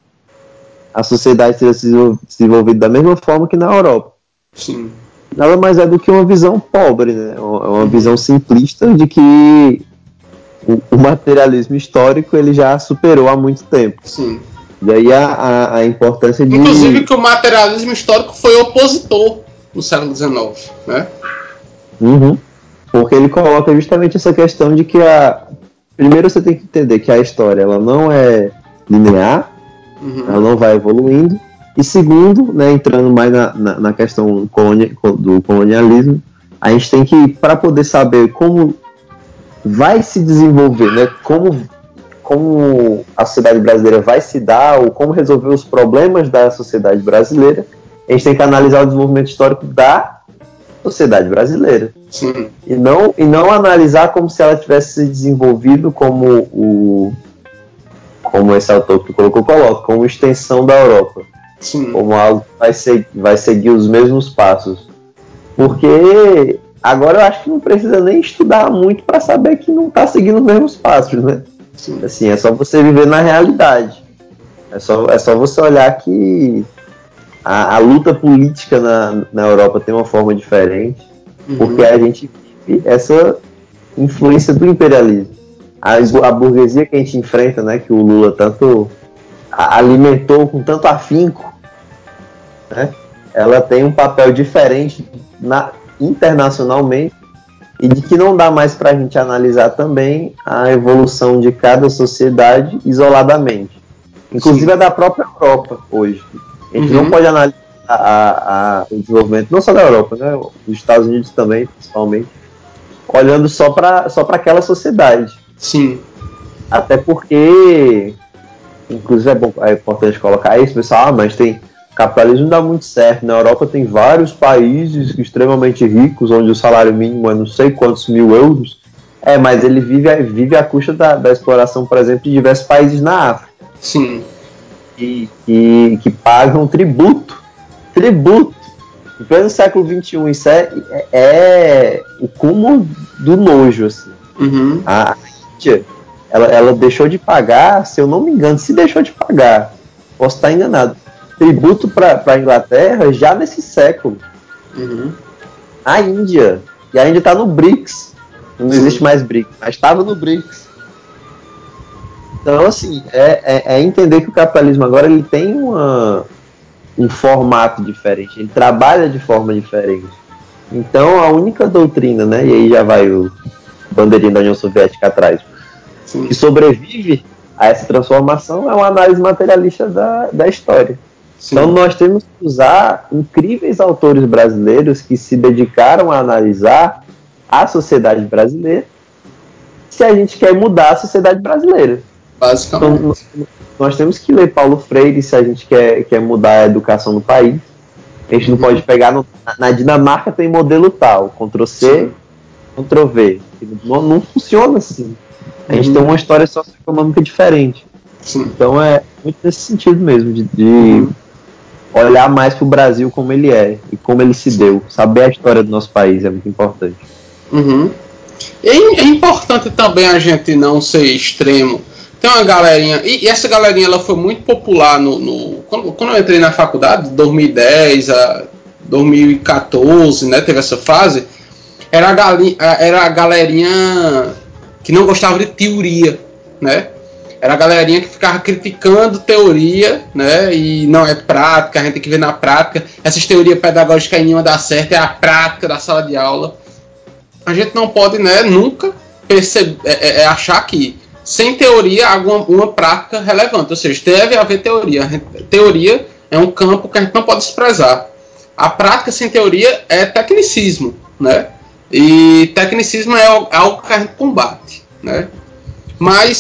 a sociedade teria se desenvolvido da mesma forma que na Europa. Sim. Nada mais é do que uma visão pobre, né? Uma, uma visão simplista de que o, o materialismo histórico ele já superou há muito tempo. Sim. E aí a, a, a importância de... Inclusive que o materialismo histórico foi opositor no século dezenove, né? Uhum. Porque ele coloca justamente essa questão de que a... Primeiro você tem que entender que a história ela não é linear, uhum. ela não vai evoluindo. E segundo, né, entrando mais na, na, na questão colonia, do colonialismo, a gente tem que, para poder saber como vai se desenvolver, né, como, como a sociedade brasileira vai se dar, ou como resolver os problemas da sociedade brasileira, a gente tem que analisar o desenvolvimento histórico da sociedade brasileira. Sim. E não, e não analisar como se ela tivesse se desenvolvido como o como esse autor que colocou, coloca, como extensão da Europa. Sim. Como algo que vai, ser, vai seguir os mesmos passos. Porque agora eu acho que não precisa nem estudar muito para saber que não está seguindo os mesmos passos, né? Sim. Assim, é só você viver na realidade. É só, é só você olhar que a, a luta política na, na Europa tem uma forma diferente, uhum. porque a gente vive essa influência do imperialismo. A, a burguesia que a gente enfrenta, né, que o Lula tanto alimentou com tanto afinco, né, ela tem um papel diferente na, internacionalmente, e de que não dá mais para a gente analisar também a evolução de cada sociedade isoladamente. Inclusive Sim. a da própria Europa hoje. A gente uhum. não pode analisar a, a, o desenvolvimento, não só da Europa, né, dos Estados Unidos também, principalmente, olhando só para só para aquela sociedade. Sim. Até porque, inclusive é, bom, é importante colocar isso, pessoal, ah, mas tem capitalismo não dá muito certo. Na Europa tem vários países extremamente ricos, onde o salário mínimo é não sei quantos mil euros. É, mas ele vive, vive à custa da, da exploração, por exemplo, de diversos países na África. Sim. Que, que, que pagam tributo. Tributo. Em pleno século vinte e um, isso é, é, é o cúmulo do nojo, assim. Uhum. A Índia, ela, ela deixou de pagar, se eu não me engano, se deixou de pagar, posso estar enganado, tributo para a Inglaterra já nesse século. Uhum. A Índia, e a Índia está no BRICS, não Sim. existe mais BRICS, mas estava no BRICS. Então, assim, é, é, é entender que o capitalismo agora ele tem uma, um formato diferente, ele trabalha de forma diferente. Então, a única doutrina, né, e aí já vai o bandeirinha da União Soviética atrás, Sim. que sobrevive a essa transformação é uma análise materialista da, da história. Sim. Então nós temos que usar incríveis autores brasileiros que se dedicaram a analisar a sociedade brasileira se a gente quer mudar a sociedade brasileira. Basicamente. Então, nós temos que ler Paulo Freire se a gente quer, quer mudar a educação no país. A gente não uhum. pode pegar... No, na Dinamarca tem modelo tal, control C, control V. Não, não funciona assim. A gente uhum. tem uma história socioeconômica diferente. Sim. Então é muito nesse sentido mesmo, de, de uhum. olhar mais para o Brasil como ele é e como ele se Sim. deu. Saber a história do nosso país é muito importante. Uhum. E é importante também a gente não ser extremo. Tem uma galerinha, e, e essa galerinha ela foi muito popular no, no quando, quando eu entrei na faculdade, de dois mil e dez a dois mil e quatorze, né, teve essa fase. Era a, galinha, era a galerinha que não gostava de teoria, né? Era a galerinha que ficava criticando teoria, né? E não é prática, a gente tem que ver na prática. Essas teorias pedagógicas aí nenhuma dá certo, é a prática da sala de aula. A gente não pode, né, nunca perceber, é, é achar que sem teoria há uma, uma prática relevante. Ou seja, deve haver teoria. Gente, teoria é um campo que a gente não pode desprezar. A prática sem teoria é tecnicismo, né? E tecnicismo é algo que a gente combate, né? Mas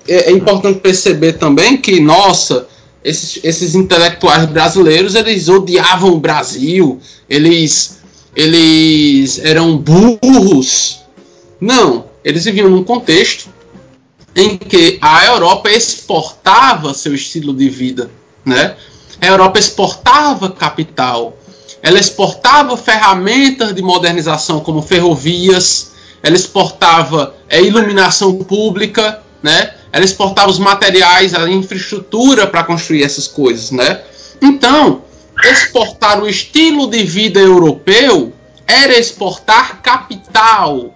é, é importante perceber também que, nossa, esses, esses intelectuais brasileiros, eles odiavam o Brasil, eles, eles eram burros. Não, eles viviam num contexto em que a Europa exportava seu estilo de vida, né? A Europa exportava capital, ela exportava ferramentas de modernização como ferrovias, ela exportava é, iluminação pública, né? Ela exportava os materiais, a infraestrutura para construir essas coisas, né? Então, exportar o estilo de vida europeu era exportar capital.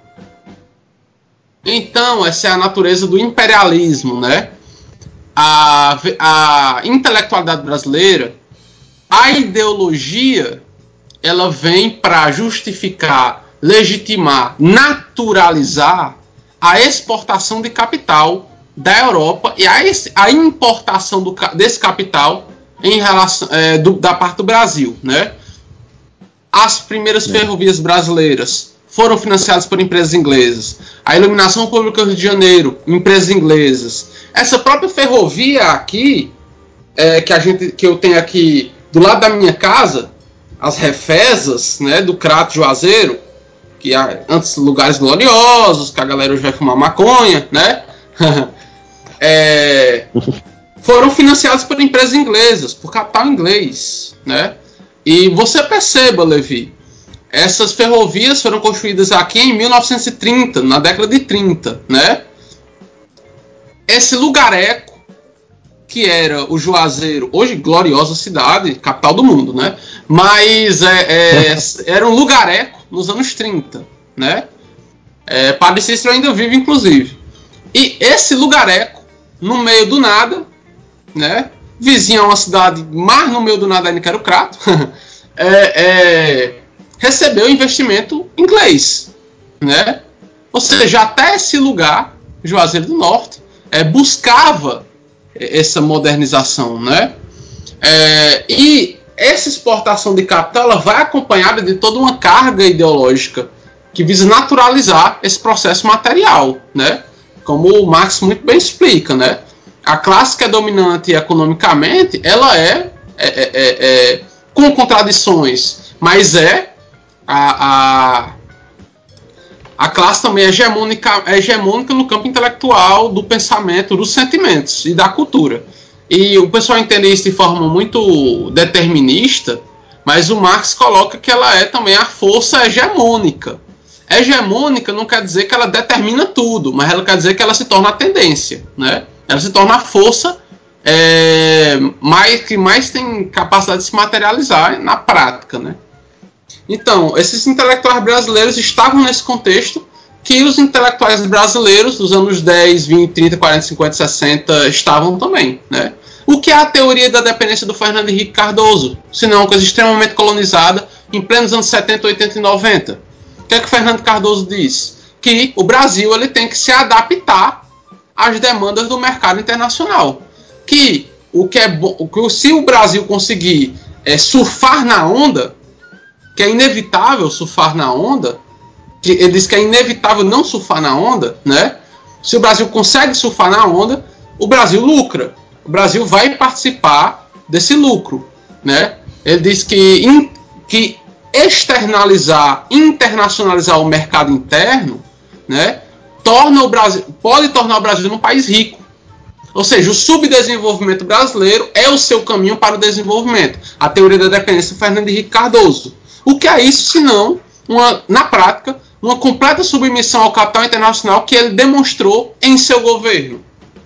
Então, essa é a natureza do imperialismo, né? A, a intelectualidade brasileira, a ideologia, ela vem para justificar, legitimar, naturalizar a exportação de capital da Europa e a, a importação do, desse capital em relação, é, do, da parte do Brasil, né? As primeiras ferrovias brasileiras foram financiadas por empresas inglesas. A iluminação pública do Rio de Janeiro, empresas inglesas. Essa própria ferrovia aqui, é, que, a gente, que eu tenho aqui do lado da minha casa, as refesas, né, do Crato Juazeiro, que há antes lugares gloriosos, que a galera hoje vai fumar maconha, né? é, foram financiados por empresas inglesas, por capital inglês, né? E você perceba, Levi, essas ferrovias foram construídas aqui em mil novecentos e trinta, na década de trinta, né? Esse lugareco, que era o Juazeiro, hoje gloriosa cidade, capital do mundo, né? Mas é, é, era um lugareco nos anos trinta, né? É, Padre Cícero ainda vive, inclusive. E esse lugareco, no meio do nada, né? Vizinha a uma cidade mais no meio do nada ainda que era o Crato, é, é, recebeu investimento inglês, né? Ou seja, até esse lugar, Juazeiro do Norte, é, buscava essa modernização, né? É, e essa exportação de capital, ela vai acompanhada de toda uma carga ideológica que visa naturalizar esse processo material, né? Como o Marx muito bem explica, né? A classe que é dominante economicamente, ela é, é, é, é, é com contradições, mas é a, a, a classe também hegemônica, hegemônica no campo intelectual do pensamento, dos sentimentos e da cultura. E o pessoal entende isso de forma muito determinista, mas o Marx coloca que ela é também a força hegemônica. Hegemônica não quer dizer que ela determina tudo, mas ela quer dizer que ela se torna a tendência, né? Ela se torna a força é, mais, que mais tem capacidade de se materializar na prática, né? Então, esses intelectuais brasileiros estavam nesse contexto que os intelectuais brasileiros dos anos dez, vinte, trinta, quarenta, cinquenta, sessenta estavam também, né? O que é a teoria da dependência do Fernando Henrique Cardoso? Se não uma coisa extremamente colonizada em plenos anos setenta, oitenta e noventa. O que é que o Fernando Cardoso diz? Que o Brasil ele tem que se adaptar às demandas do mercado internacional. Que, o que é bom, que se o Brasil conseguir é, surfar na onda, que é inevitável surfar na onda, que ele diz que é inevitável não surfar na onda, né? Se o Brasil consegue surfar na onda, o Brasil lucra. O Brasil vai participar desse lucro, né? Ele diz que, in, que externalizar, internacionalizar o mercado interno, né, torna o Brasil, pode tornar o Brasil um país rico. Ou seja, o subdesenvolvimento brasileiro é o seu caminho para o desenvolvimento. A teoria da dependência do Fernando Henrique Cardoso. O que é isso, senão, uma, na prática, uma completa submissão ao capital internacional que ele demonstrou em seu governo.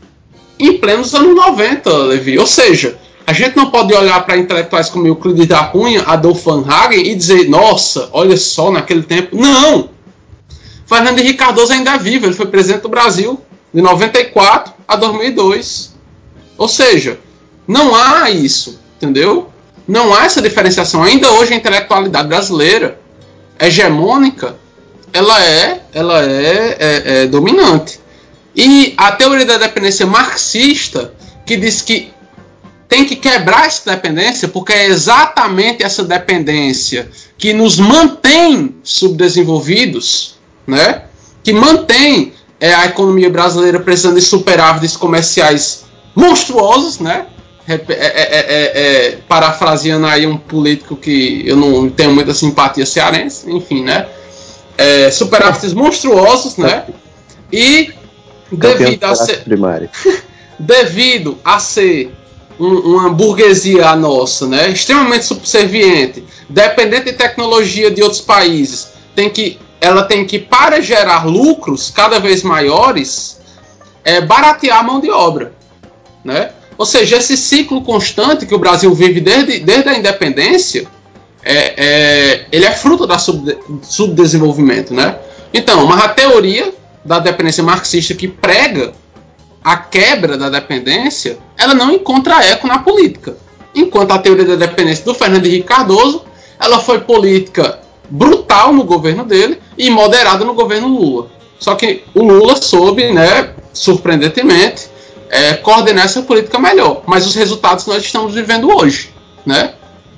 Em plenos anos noventa, Levi. Ou seja, a gente não pode olhar para intelectuais como Euclides da Cunha, Adolf Van Hagen e dizer, nossa, olha só, naquele tempo. Não! Fernando Henrique Cardoso ainda é vivo, ele foi presidente do Brasil de noventa e quatro a dois mil e dois. Ou seja, não há isso, entendeu? Não há essa diferenciação. Ainda hoje a intelectualidade brasileira, hegemônica, ela é, ela é, é, é dominante. E a teoria da dependência marxista, que diz que tem que quebrar essa dependência, porque é exatamente essa dependência que nos mantém subdesenvolvidos, né? Que mantém é a economia brasileira precisando de superávites comerciais monstruosos, né? É, é, é, é, é, parafraseando aí um político que eu não tenho muita simpatia cearense, enfim, né? É, superávites monstruosos, né? E devido a ser, devido a ser um, uma burguesia a nossa, né? Extremamente subserviente, dependente de tecnologia de outros países, tem que, ela tem que, para gerar lucros cada vez maiores, é, baratear a mão de obra, né? Ou seja, esse ciclo constante que o Brasil vive desde, desde a independência, é, é, ele é fruto da subde, subdesenvolvimento, né? Então, mas a teoria da dependência marxista que prega a quebra da dependência, ela não encontra eco na política. Enquanto a teoria da dependência do Fernando Henrique Cardoso, ela foi política brutal no governo dele e moderada no governo Lula. Só que o Lula soube, né, surpreendentemente, é, coordenar essa política melhor. Mas os resultados nós estamos vivendo hoje, né?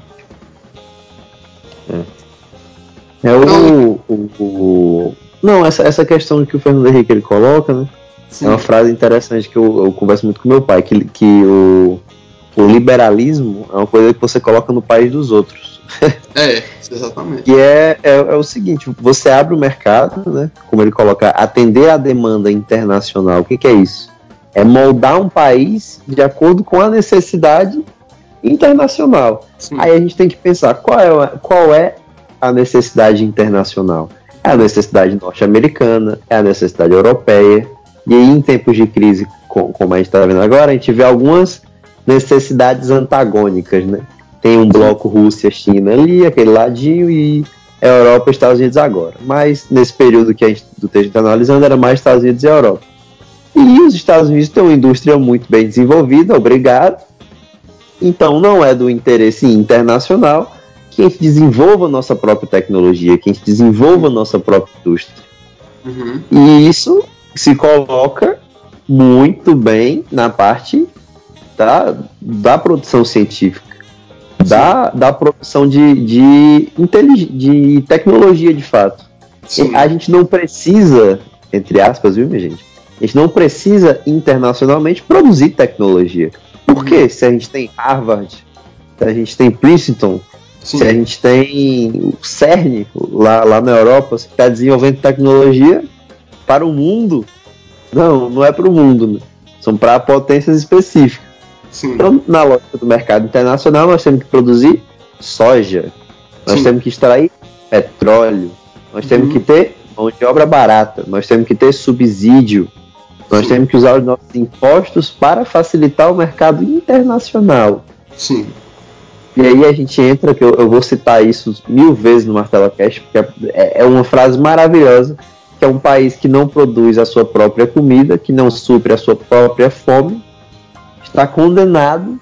É o, então, o, o... Não, essa, essa questão que o Fernando Henrique ele coloca, né? Sim. É uma frase interessante que eu, eu converso muito com meu pai, que, que o, o liberalismo é uma coisa que você coloca no país dos outros. É, exatamente. Que é, é, é o seguinte, você abre o mercado, né? Como ele coloca, atender a demanda internacional. O que, que é isso? É moldar um país de acordo com a necessidade internacional. Sim. Aí a gente tem que pensar qual é, qual é a necessidade internacional. É a necessidade norte-americana, é a necessidade europeia. E aí, em tempos de crise, como a gente está vendo agora, a gente vê algumas necessidades antagônicas, né? Tem um bloco Rússia-China ali, aquele ladinho, e a Europa e Estados Unidos agora. Mas nesse período que a gente, do texto está analisando, era mais Estados Unidos e Europa. E os Estados Unidos têm uma indústria muito bem desenvolvida, obrigado. Então não é do interesse internacional que a gente desenvolva a nossa própria tecnologia, que a gente desenvolva a nossa própria indústria. Uhum. E isso se coloca muito bem na parte da, da produção científica, da, da produção de, de, de tecnologia de fato. A gente não precisa, entre aspas, viu, minha gente? A gente não precisa internacionalmente produzir tecnologia. Por quê? Se a gente tem Harvard, se a gente tem Princeton, Sim. se a gente tem o CERN lá, lá na Europa, que está desenvolvendo tecnologia para o mundo. Não, não é para o mundo, né? São para potências específicas. Sim. Então, na lógica do mercado internacional, nós temos que produzir soja, nós Sim. temos que extrair petróleo, nós uhum. temos que ter mão de obra barata, nós temos que ter subsídio, nós Sim. temos que usar os nossos impostos para facilitar o mercado internacional. Sim. E aí a gente entra, que eu, eu vou citar isso mil vezes no Martelo Cast, porque é, é uma frase maravilhosa, que é um país que não produz a sua própria comida, que não supre a sua própria fome, está condenado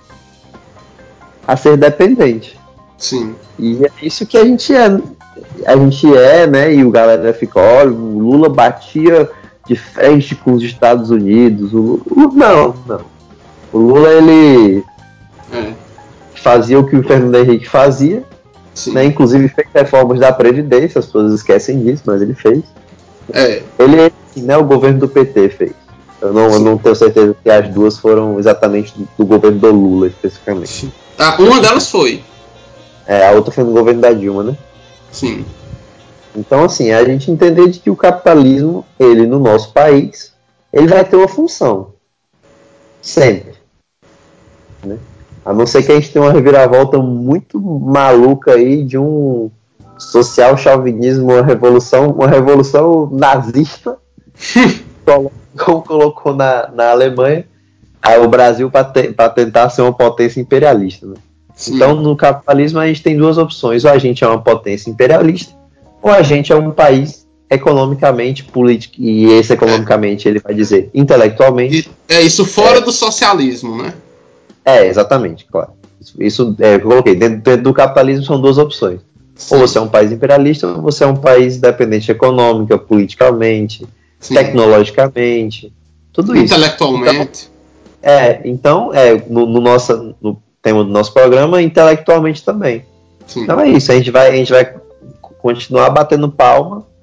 a ser dependente. Sim. E é isso que a gente é. A gente é, né? E o galera fica, olha, o Lula batia de frente com os Estados Unidos. O Lula, não, não. O Lula, ele é. fazia o que o Fernando Henrique fazia, né? Inclusive fez reformas da Previdência, as pessoas esquecem disso, mas ele fez. É. Ele, né, o governo do P T fez. Eu não, eu não tenho certeza que as duas foram exatamente do, do governo do Lula, especificamente. Ah, uma delas foi. É, a outra foi no governo da Dilma, né? Sim. Então, assim, a gente entender de que o capitalismo, ele no nosso país, ele vai ter uma função. Sempre. Né? A não ser que a gente tenha uma reviravolta muito maluca aí de um social chauvinismo, uma revolução, uma revolução nazista, como colocou na, na Alemanha, aí o Brasil para te, tentar ser uma potência imperialista. Né? Então, no capitalismo, a gente tem duas opções. Ou a gente é uma potência imperialista, ou a gente é um país economicamente, político, e esse economicamente ele vai dizer intelectualmente. E, é isso fora é, do socialismo, né? É, exatamente, claro. Isso, isso é, eu coloquei, dentro, dentro do capitalismo são duas opções. Sim. Ou você é um país imperialista, ou você é um país independente econômica, politicamente, Sim. tecnologicamente, tudo isso. Intelectualmente. Então, é, então, é, no, no, nosso, no tema do nosso programa, intelectualmente também. Sim. Então é isso, a gente vai, a gente vai continuar batendo palma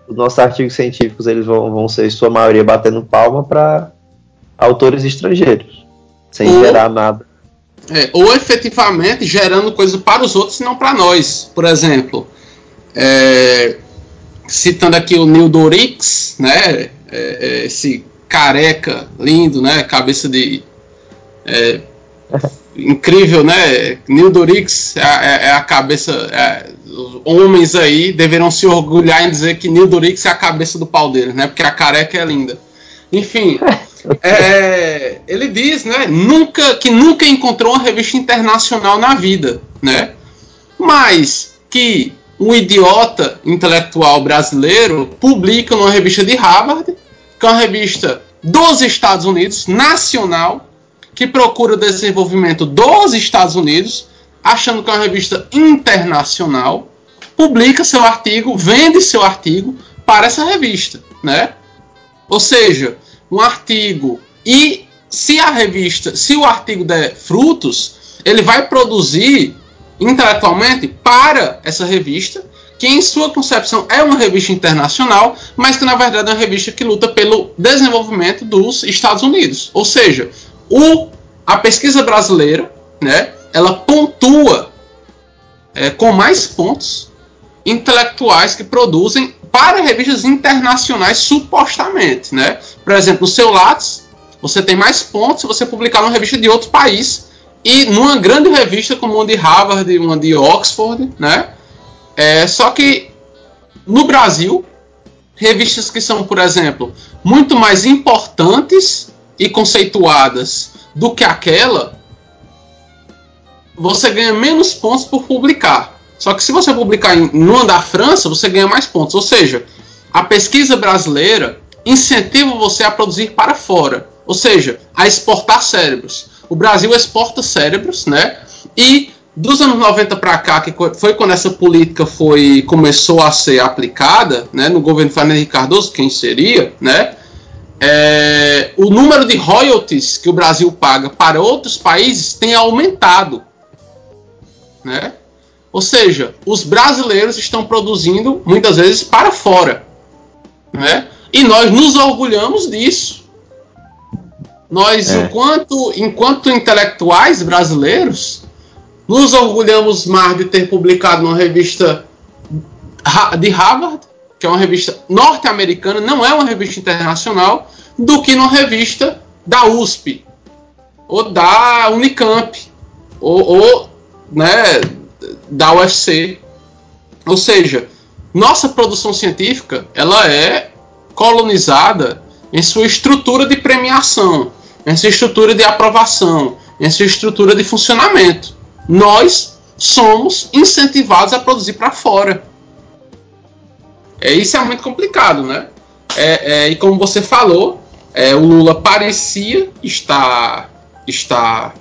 os nossos artigos científicos eles vão, vão ser, em sua maioria, batendo palma para autores estrangeiros, sem ou, gerar nada. É, ou efetivamente gerando coisa para os outros e não para nós. Por exemplo, é, citando aqui o Neil Dorix, né, é, esse careca lindo, né, cabeça de... É, incrível, né? Neil Dorix é, é, é a cabeça. É, os homens aí deverão se orgulhar em dizer que Neil Dorix é a cabeça do pau deles, né? Porque a careca é linda. Enfim, é, ele diz, né? Nunca, que nunca encontrou uma revista internacional na vida, né? Mas que um idiota intelectual brasileiro publica numa revista de Harvard, que é uma revista dos Estados Unidos, nacional, que procura o desenvolvimento dos Estados Unidos, achando que é uma revista internacional, publica seu artigo, vende seu artigo para essa revista, né? Ou seja, um artigo, e se a revista, se o artigo der frutos, ele vai produzir intelectualmente para essa revista, que em sua concepção é uma revista internacional, mas que na verdade é uma revista que luta pelo desenvolvimento dos Estados Unidos. Ou seja, o, a pesquisa brasileira, né, ela pontua é, com mais pontos intelectuais que produzem para revistas internacionais, supostamente. Né? Por exemplo, no seu Lattes, você tem mais pontos se você publicar numa revista de outro país, e numa grande revista como uma de Harvard, uma de Oxford, né? É, só que no Brasil, revistas que são, por exemplo, muito mais importantes e conceituadas do que aquela, você ganha menos pontos por publicar. Só que se você publicar em numa da França, você ganha mais pontos. Ou seja, a pesquisa brasileira incentiva você a produzir para fora. Ou seja, a exportar cérebros. O Brasil exporta cérebros, né? E dos anos noventa para cá, que foi quando essa política foi, começou a ser aplicada, né, no governo Fernando Henrique Cardoso, quem seria, né, é, o número de royalties que o Brasil paga para outros países tem aumentado. Né? Ou seja, os brasileiros estão produzindo muitas vezes para fora. Né? E nós nos orgulhamos disso. Nós, é. enquanto, enquanto intelectuais brasileiros, nos orgulhamos mais de ter publicado numa revista de Harvard, que é uma revista norte-americana, não é uma revista internacional, do que numa revista da U S P, ou da Unicamp, ou, ou né, da U F C. Ou seja, nossa produção científica ela é colonizada em sua estrutura de premiação, em sua estrutura de aprovação, em sua estrutura de funcionamento. Nós somos incentivados a produzir para fora. É, isso é muito complicado, né? É, é, e como você falou, é, o Lula parecia estar, estar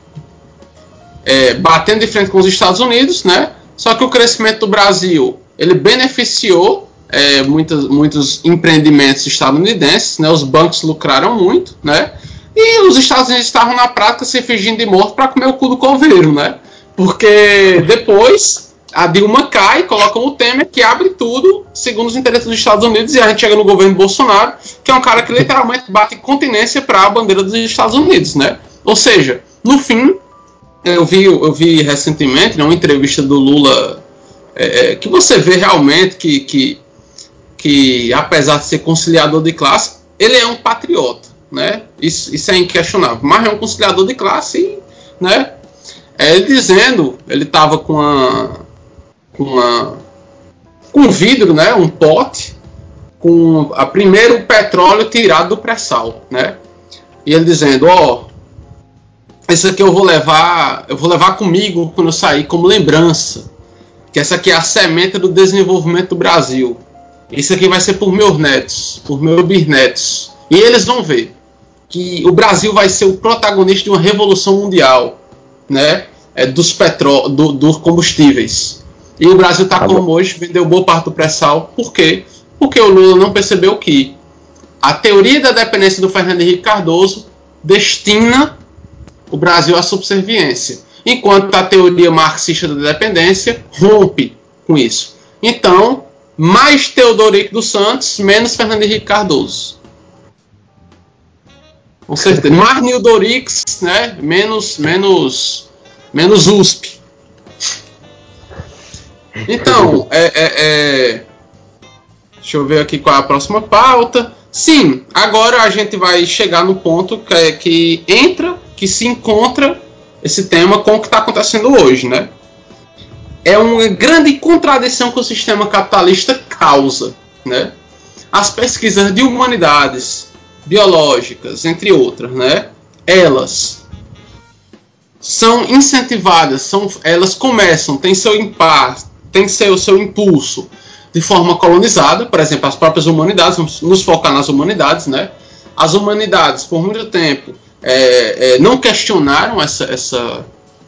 é, batendo de frente com os Estados Unidos, né? Só que o crescimento do Brasil ele beneficiou é, muitos, muitos empreendimentos estadunidenses, né? Os bancos lucraram muito, né? E os Estados Unidos estavam na prática se fingindo de morto para comer o cu do coveiro, né? Porque depois a Dilma cai, colocam o Temer, que abre tudo segundo os interesses dos Estados Unidos, e a gente chega no governo Bolsonaro, que é um cara que literalmente bate continência para a bandeira dos Estados Unidos, né? Ou seja, no fim, eu vi, eu vi recentemente, né, uma entrevista do Lula, é, que você vê realmente que, que, que, apesar de ser conciliador de classe, ele é um patriota, né? Isso, isso é inquestionável, mas é um conciliador de classe, né? É, ele dizendo, ele estava com uma, com uma, com um vidro, né, um pote, com a primeiro petróleo tirado do pré-sal, né? E ele dizendo, ó, oh, esse aqui eu vou levar, eu vou levar comigo quando eu sair como lembrança, que essa aqui é a semente do desenvolvimento do Brasil. Isso aqui vai ser por meus netos, por meus bisnetos. E eles vão ver que o Brasil vai ser o protagonista de uma revolução mundial, né, é, dos, petró do, dos combustíveis. E o Brasil está como hoje, vendeu boa parte do pré-sal. Por quê? Porque o Lula não percebeu que a teoria da dependência do Fernando Henrique Cardoso destina o Brasil à subserviência, enquanto a teoria marxista da dependência rompe com isso. Então, mais Teodorico dos Santos, menos Fernando Henrique Cardoso. Com certeza. Mais Nildorix, né? Menos, menos, menos U S P. Então, é, é, é... deixa eu ver aqui qual é a próxima pauta. Sim, agora a gente vai chegar no ponto que, é, que entra, que se encontra esse tema com o que está acontecendo hoje, né? É uma grande contradição que o sistema capitalista causa, né? As pesquisas de humanidades, biológicas, entre outras, né? Elas são incentivadas, são, elas começam, têm seu impacto, têm seu, seu impulso de forma colonizada, por exemplo, as próprias humanidades, vamos nos focar nas humanidades, né? As humanidades, por muito tempo, é, é, não questionaram essa, essa,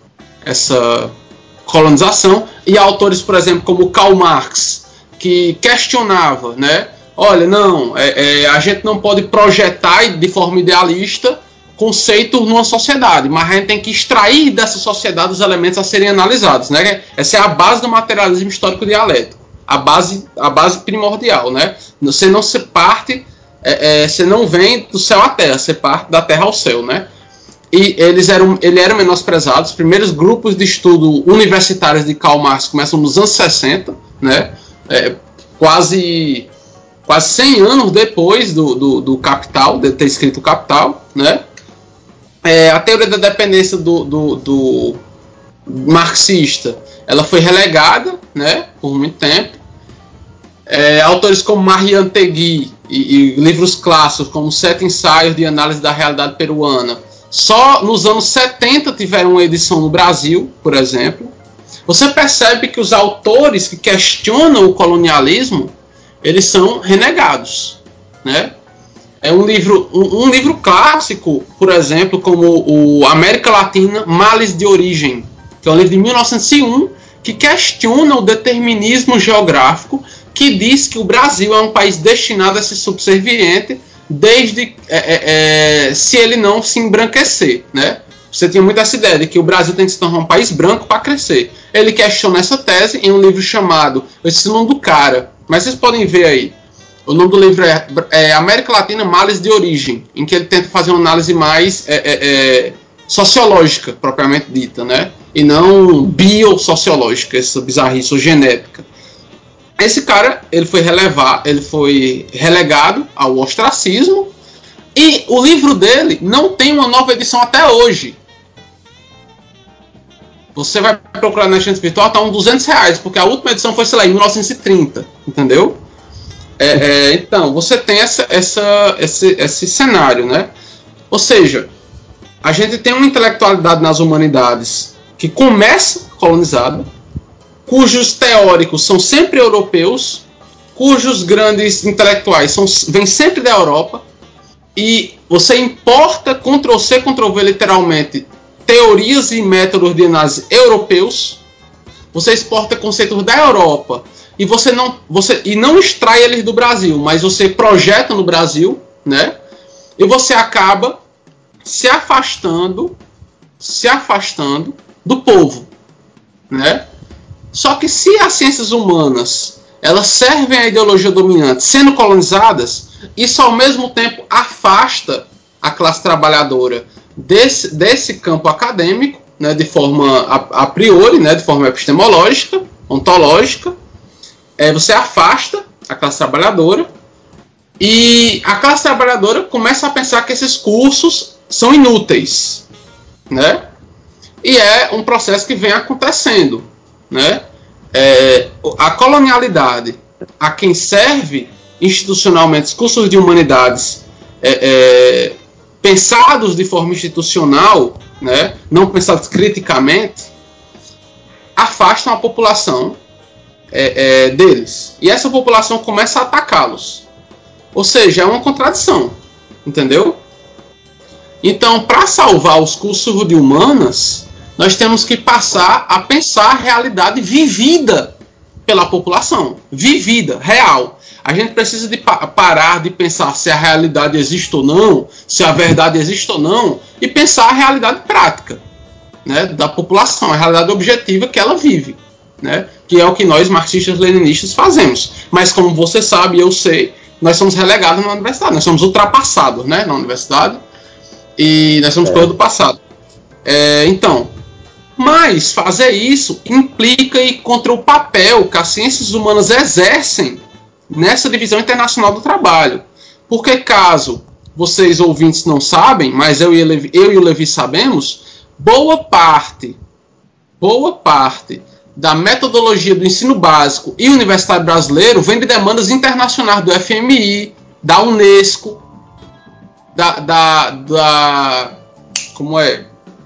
essa colonização, e autores, por exemplo, como Karl Marx, que questionava, né? Olha, não, é, é, a gente não pode projetar de forma idealista conceitos numa sociedade, mas a gente tem que extrair dessa sociedade os elementos a serem analisados, né? Essa é a base do materialismo histórico dialético, a base, a base primordial, né? Você não se parte, é, é, você não vem do céu à terra, você parte da terra ao céu, né? E eles eram, ele era menosprezado. Os primeiros grupos de estudo universitários de Karl Marx começam nos anos sessenta, né? É, quase, quase cem anos depois do, do, do Capital, de ter escrito o Capital, né? É, a teoria da dependência do, do, do marxista, ela foi relegada, né, por muito tempo. É, autores como Marian Tegui e, e livros clássicos como Sete Ensaios de Análise da Realidade Peruana, só nos anos setenta tiveram uma edição no Brasil, por exemplo. Você percebe que os autores que questionam o colonialismo, eles são renegados, né? É um livro, um, um livro clássico, por exemplo, como o América Latina, Males de Origem, que é um livro de mil novecentos e um, que questiona o determinismo geográfico, que diz que o Brasil é um país destinado a ser subserviente desde é, é, é, se ele não se embranquecer, né? Você tinha muito essa ideia de que o Brasil tem que se tornar um país branco para crescer. Ele questiona essa tese em um livro chamado, eu esqueci o nome do cara, mas vocês podem ver aí. O nome do livro é, é América Latina, Males de Origem, em que ele tenta fazer uma análise mais é, é, é, sociológica, propriamente dita, né? E não biosociológica, essa bizarrice, ou genética. Esse cara, ele foi, relevar, ele foi relegado ao ostracismo, e o livro dele não tem uma nova edição até hoje. Você vai procurar na estante virtual, está uns duzentos reais, porque a última edição foi, sei lá, em mil novecentos e trinta, entendeu? É, é, então, você tem essa, essa, esse, esse cenário, né? Ou seja, a gente tem uma intelectualidade nas humanidades que começa colonizada, cujos teóricos são sempre europeus, cujos grandes intelectuais são, vêm sempre da Europa, e você importa, Ctrl-C, Ctrl-V, literalmente, teorias e métodos de análise europeus, você exporta conceitos da Europa, e você não, você, e não extrai eles do Brasil, mas você projeta no Brasil, né? E você acaba se afastando, se afastando do povo, né? Só que se as ciências humanas elas servem à ideologia dominante, sendo colonizadas, isso ao mesmo tempo afasta a classe trabalhadora desse, desse campo acadêmico, né, de forma a, a priori, né, de forma epistemológica, ontológica. É, você afasta a classe trabalhadora e a classe trabalhadora começa a pensar que esses cursos são inúteis, né? E é um processo que vem acontecendo, né? É, a colonialidade, a quem serve institucionalmente os cursos de humanidades é, é, pensados de forma institucional, né, não pensados criticamente, afastam a população é, é, deles. E essa população começa a atacá-los. Ou seja, é uma contradição. Entendeu? Então, para salvar os cursos de humanas, nós temos que passar a pensar a realidade vivida pela população. Vivida, real. A gente precisa de pa- parar de pensar se a realidade existe ou não, se a verdade existe ou não, e pensar a realidade prática, né, da população, a realidade objetiva que ela vive. né? Que é o que nós marxistas-leninistas fazemos. Mas como você sabe, eu sei, nós somos relegados na universidade, nós somos ultrapassados, né, na universidade, e nós somos é. coisa do passado. É, então, mas fazer isso implica ir contra o papel que as ciências humanas exercem nessa divisão internacional do trabalho. Porque caso vocês ouvintes não sabem, mas eu e, Levi, eu e o Levi sabemos, boa parte, boa parte da metodologia do ensino básico e universitário brasileiro vem de demandas internacionais do F M I, da Unesco, da, da, da como é?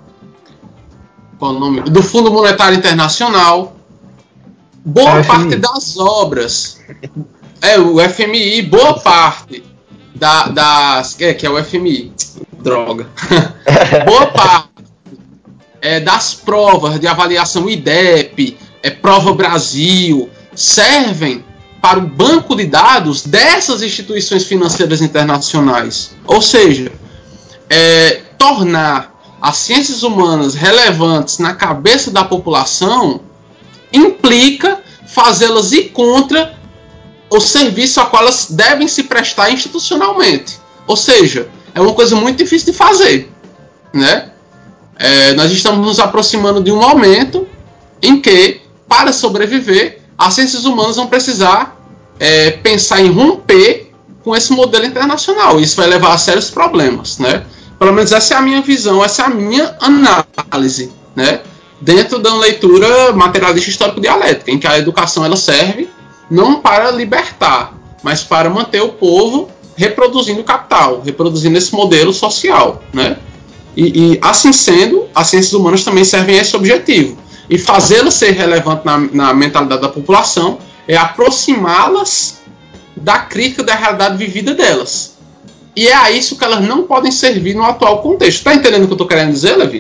Qual o nome? Do Fundo Monetário Internacional. Boa parte das obras, é o F M I, boa parte da, das, é, que é o F M I, droga, boa parte É, das provas de avaliação I D E P, é, Prova Brasil, servem para o banco de dados dessas instituições financeiras internacionais. Ou seja, é, tornar as ciências humanas relevantes na cabeça da população implica fazê-las ir contra o serviço a qual elas devem se prestar institucionalmente. Ou seja, é uma coisa muito difícil de fazer, né? É, nós estamos nos aproximando de um momento em que, para sobreviver, as ciências humanas vão precisar é, pensar em romper com esse modelo internacional. Isso vai levar a sérios problemas, né? Pelo menos essa é a minha visão, essa é a minha análise, né? Dentro da leitura materialista histórico-dialética, em que a educação ela serve não para libertar, mas para manter o povo reproduzindo o capital, reproduzindo esse modelo social, né? E, e, assim sendo, as ciências humanas também servem a esse objetivo. E fazê-las ser relevantes na, na mentalidade da população é aproximá-las da crítica da realidade vivida delas. E é a isso que elas não podem servir no atual contexto. Está entendendo o que eu estou querendo dizer, Levi?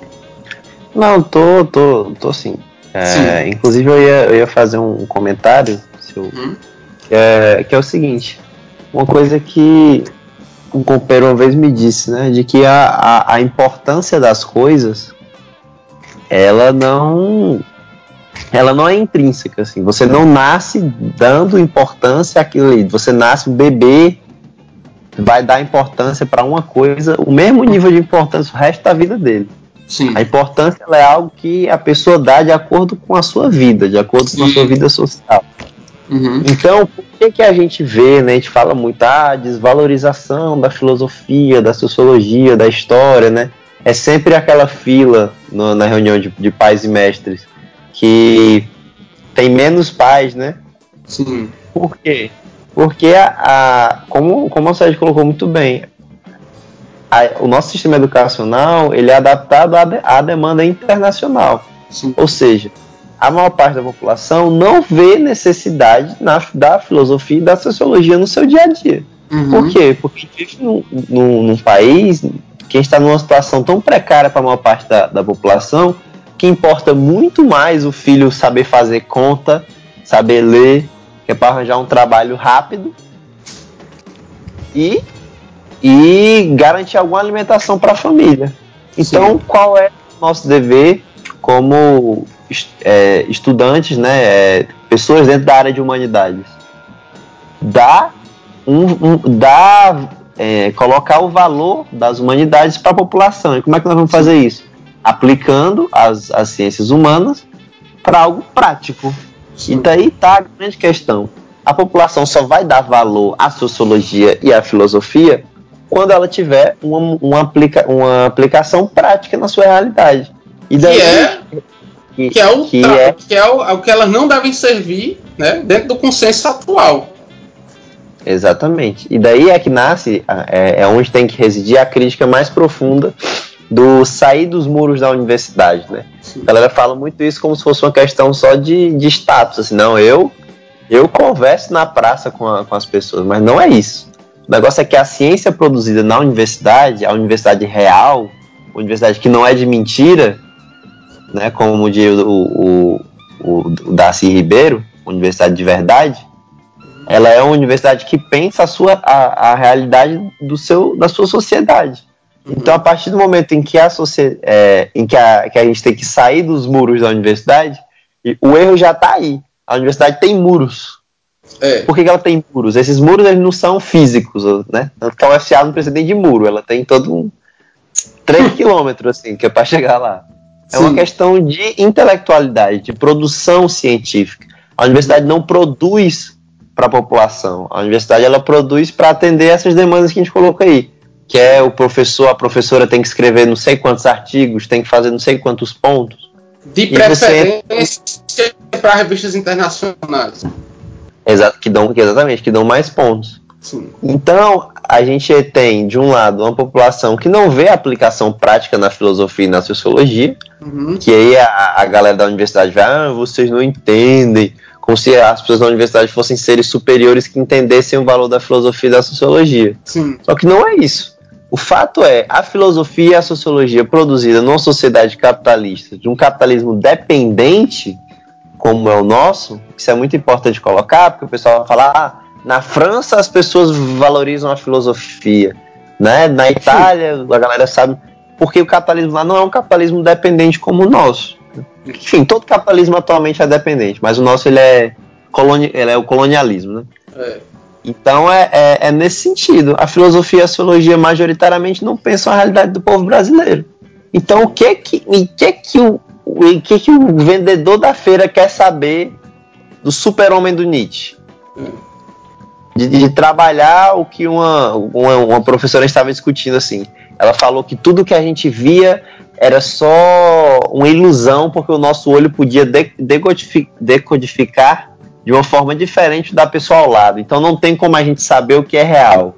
Não, tô, tô, tô sim. É, sim. Inclusive eu ia, eu ia fazer um comentário se eu, hum? que, é, que é o seguinte. Uma coisa que um companheiro uma vez me disse, né, de que a, a, a importância das coisas, ela não, ela não é intrínseca, assim. Você não nasce dando importância àquilo ali. Você nasce um bebê, vai dar importância para uma coisa, o mesmo nível de importância o resto da vida dele. Sim. A importância ela é algo que a pessoa dá de acordo com a sua vida, de acordo Sim. com a sua vida social. Uhum. Então, por que, que a gente vê, né, a gente fala muito, ah, desvalorização da filosofia, da sociologia, da história, né? É sempre aquela fila no, na reunião de, de pais e mestres que tem menos pais, né? Sim. Por quê? Porque, a, a, como, como a Sérgio colocou muito bem, a, o nosso sistema educacional ele é adaptado à, de, à demanda internacional. Sim. Ou seja, a maior parte da população não vê necessidade na, da filosofia e da sociologia no seu dia a dia. Uhum. Por quê? Porque vive num, num, num país que está numa situação tão precária para a maior parte da, da população que importa muito mais o filho saber fazer conta, saber ler, que é para arranjar um trabalho rápido e, e garantir alguma alimentação para a família. Então, Sim. qual é o nosso dever como é, estudantes, né, é, pessoas dentro da área de humanidades? Dar, um, um, dar é, colocar o valor das humanidades para a população. E como é que nós vamos fazer isso? Aplicando as, as ciências humanas para algo prático. Sim. E daí está a grande questão. A população só vai dar valor à sociologia e à filosofia quando ela tiver uma, uma, aplica, uma aplicação prática na sua realidade. E daí, que é, que, que é, o, que, tra- é, que é o, o que elas não devem servir, né, dentro do consenso atual. Exatamente. E daí é que nasce, é, é onde tem que residir a crítica mais profunda do sair dos muros da universidade, né? Sim. A galera fala muito isso como se fosse uma questão só de, de status, assim, não, eu, eu converso na praça com, a, com as pessoas, mas não é isso. O negócio é que a ciência produzida na universidade, a universidade real, a universidade que não é de mentira, né, como diz o, o, o, o Darcy Ribeiro, universidade de verdade, ela é uma universidade que pensa a, sua, a, a realidade do seu, da sua sociedade. Uhum. Então, a partir do momento em que, a, é, em que, a, que a gente tem que sair dos muros da universidade, E o erro já está aí. A universidade tem muros. É. Por que, que ela tem muros? Esses muros eles não são físicos, né? Tanto que a U F A não precisa nem de muro, ela tem todo um três quilômetros, assim, que é para chegar lá. É Sim. uma questão de intelectualidade, de produção científica. A universidade não produz para a população. A universidade ela produz para atender essas demandas que a gente colocou aí. Que é o professor, a professora tem que escrever não sei quantos artigos, tem que fazer não sei quantos pontos. De preferência você... para revistas internacionais. Exato, que dão, exatamente, que dão mais pontos. Sim. Então, a gente tem, de um lado, uma população que não vê a aplicação prática na filosofia e na sociologia, uhum. que aí a, a galera da universidade vai, ah, vocês não entendem, como se as pessoas da universidade fossem seres superiores que entendessem o valor da filosofia e da sociologia. Sim. Só que não é isso. O fato é, a filosofia e a sociologia produzida numa sociedade capitalista, de um capitalismo dependente, como é o nosso, isso é muito importante colocar, porque o pessoal vai falar, ah, na França as pessoas valorizam a filosofia, né? Na Itália a galera sabe, porque o capitalismo lá não é um capitalismo dependente como o nosso. Enfim, todo capitalismo atualmente é dependente, mas o nosso ele é, coloni- ele é o colonialismo, né? É. Então é, é, é nesse sentido. A filosofia e a sociologia majoritariamente não pensam a realidade do povo brasileiro. Então o que que, o que, que, o, o que que o vendedor da feira quer saber do super-homem do Nietzsche? De, de trabalhar o que uma, uma, uma professora estava discutindo assim. Ela falou que tudo que a gente via era só uma ilusão, porque o nosso olho podia de, decodific, decodificar de uma forma diferente da pessoa ao lado. Então não tem como a gente saber o que é real.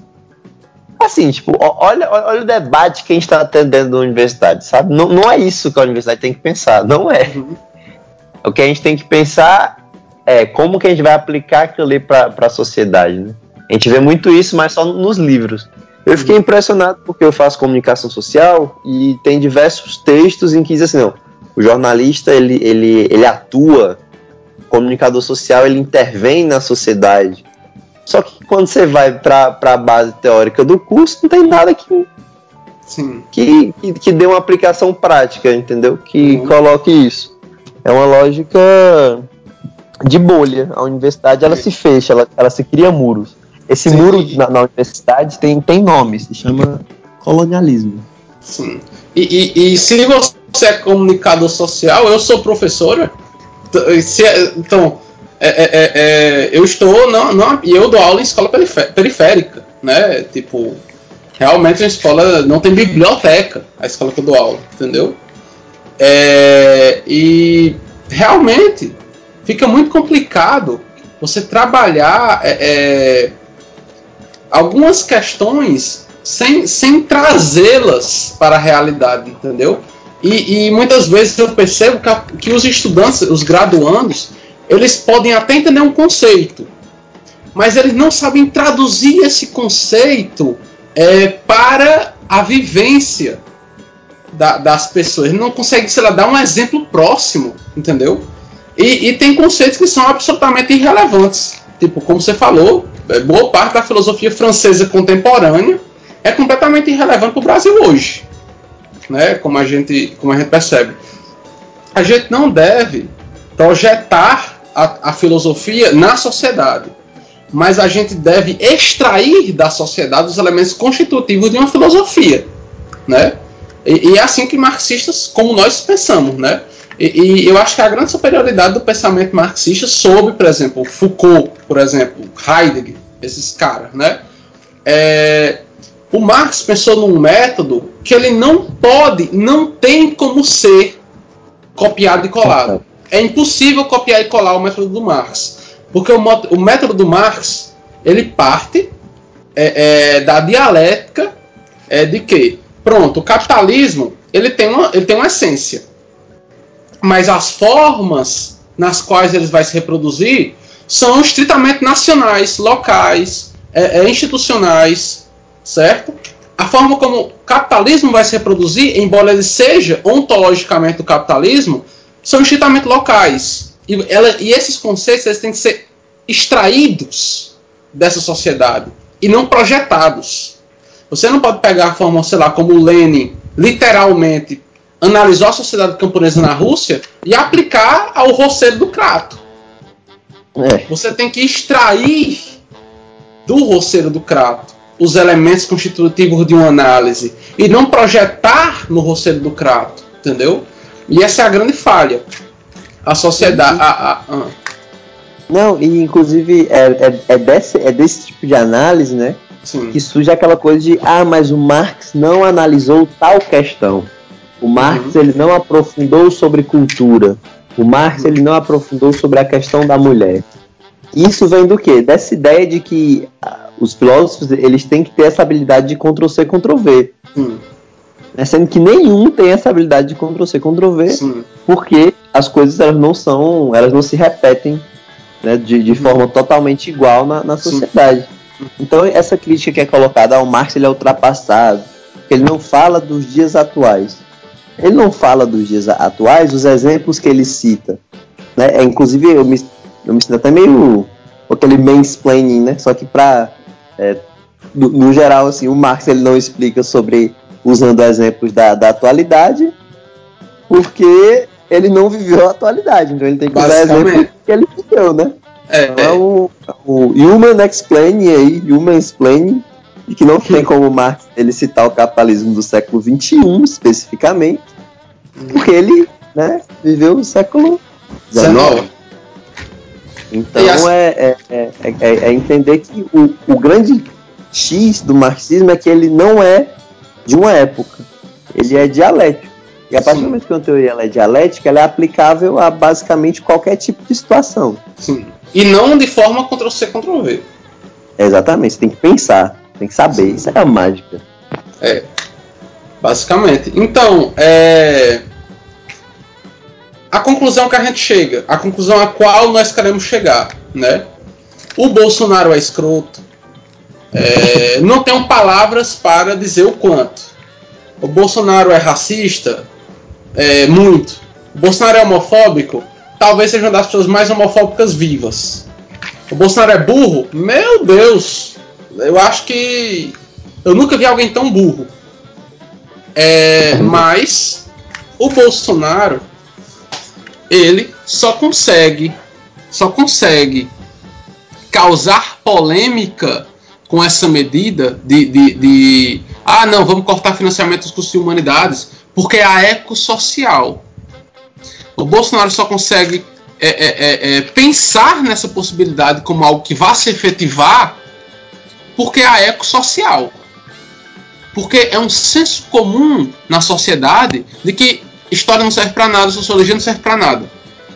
Assim, tipo, olha, olha o debate que a gente está tendo dentro da universidade, sabe? Não, não é isso que a universidade tem que pensar, não é. Uhum. O que a gente tem que pensar é como que a gente vai aplicar aquilo ali para a sociedade, né? A gente vê muito isso, mas só nos livros. Eu fiquei impressionado porque eu faço comunicação social e tem diversos textos em que diz assim, não, o jornalista, ele, ele, ele atua, o comunicador social, ele intervém na sociedade. Só que quando você vai para a base teórica do curso, não tem nada que, Sim. que, que, que dê uma aplicação prática, entendeu? Que uhum. coloque isso. É uma lógica de bolha. A universidade, ela se fecha, ela, ela se cria muros. Esse Sim. muro na, na universidade tem, tem nome, se chama colonialismo. Sim. E, e, e se você é comunicador social, eu sou professora, se, então, é, é, é, eu estou, não, não, e eu dou aula em escola periférica, né? Tipo, realmente a escola não tem biblioteca, a escola que eu dou aula, entendeu? É, e realmente fica muito complicado você trabalhar é, é, algumas questões sem, sem trazê-las para a realidade, entendeu? E, e muitas vezes eu percebo que, que os estudantes, os graduandos, eles podem até entender um conceito, mas eles não sabem traduzir esse conceito é, para a vivência da, das pessoas. Eles não conseguem, sei lá, dar um exemplo próximo, entendeu? E, e tem conceitos que são absolutamente irrelevantes. Tipo, como você falou, boa parte da filosofia francesa contemporânea é completamente irrelevante para o Brasil hoje, né? Como a gente, como a gente percebe. A gente não deve projetar a, a filosofia na sociedade, mas a gente deve extrair da sociedade os elementos constitutivos de uma filosofia, né? E, e é assim que marxistas como nós pensamos, né? E, e eu acho que a grande superioridade do pensamento marxista sobre, por exemplo, Foucault, por exemplo, Heidegger, esses caras, né? É, o Marx pensou num método que ele não pode, não tem como ser copiado e colado. É impossível copiar e colar o método do Marx, porque o, o método do Marx, ele parte é, é, da dialética é, de que, pronto, o capitalismo ele tem uma, ele tem uma essência, mas as formas nas quais ele vai se reproduzir são estritamente nacionais, locais, é, é, institucionais, certo? A forma como o capitalismo vai se reproduzir, embora ele seja ontologicamente o capitalismo, são estritamente locais. E, ela, e esses conceitos eles têm que ser extraídos dessa sociedade e não projetados. Você não pode pegar a forma, sei lá, como o Lenin literalmente analisou a sociedade camponesa na Rússia e aplicar ao roceiro do Crato. É. Você tem que extrair do roceiro do Crato os elementos constitutivos de uma análise e não projetar no roceiro do Crato, entendeu? E essa é a grande falha. A sociedade... A, a, a... Não, e inclusive é, é, é, desse, é desse tipo de análise, né? Sim. Que surge aquela coisa de, ah, mas o Marx não analisou tal questão. O Marx uhum. ele não aprofundou sobre cultura. O Marx uhum. ele não aprofundou sobre a questão da mulher. Isso vem do quê? Dessa ideia de que ah, os filósofos eles têm que ter essa habilidade de Ctrl-C, Ctrl-V. Uhum. Sendo que nenhum tem essa habilidade de Ctrl-C, Ctrl-V, Sim. porque as coisas elas não são, elas não se repetem, né, de, de uhum. forma totalmente igual na, na sociedade. Sim. Então essa crítica que é colocada ao Marx, ele é ultrapassado, ele não fala dos dias atuais. Ele não fala dos dias atuais, os exemplos que ele cita, né, é, inclusive eu me, eu me sinto até meio aquele mansplaining, né, só que para é, no, no geral assim, o Marx ele não explica sobre usando exemplos da, da atualidade, porque ele não viveu a atualidade, então ele tem que usar exemplos que ele viveu, né? É, então é o, o Human Explaining aí, Human Explaining, e que não tem como Marx ele citar o capitalismo do século vinte e um especificamente, porque ele, né, viveu no século dezenove. Então as... é, é, é, é entender que o, o grande X do marxismo é que ele não é de uma época, ele é dialético. E a partir do momento que uma teoria ela é dialética, ela é aplicável a basicamente qualquer tipo de situação. Sim. E não de forma Ctrl-C, Ctrl-V. Exatamente, você tem que pensar, tem que saber, Sim. Isso é a mágica. É, basicamente. Então, é... a conclusão que a gente chega, a conclusão a qual nós queremos chegar, né? O Bolsonaro é escroto. É, não tenho palavras para dizer o quanto. O Bolsonaro é racista? É, muito. O Bolsonaro é homofóbico? Talvez seja uma das pessoas mais homofóbicas vivas. O Bolsonaro é burro? Meu Deus! Eu acho que eu nunca vi alguém tão burro. É, mas o Bolsonaro ele só consegue só consegue causar polêmica com essa medida de, de, de ah, não, vamos cortar financiamento dos cursos de humanidades, porque é a ecossocial. O Bolsonaro só consegue é, é, é, pensar nessa possibilidade como algo que vá se efetivar porque é a ecossocial. Porque é um senso comum na sociedade de que história não serve para nada, sociologia não serve para nada.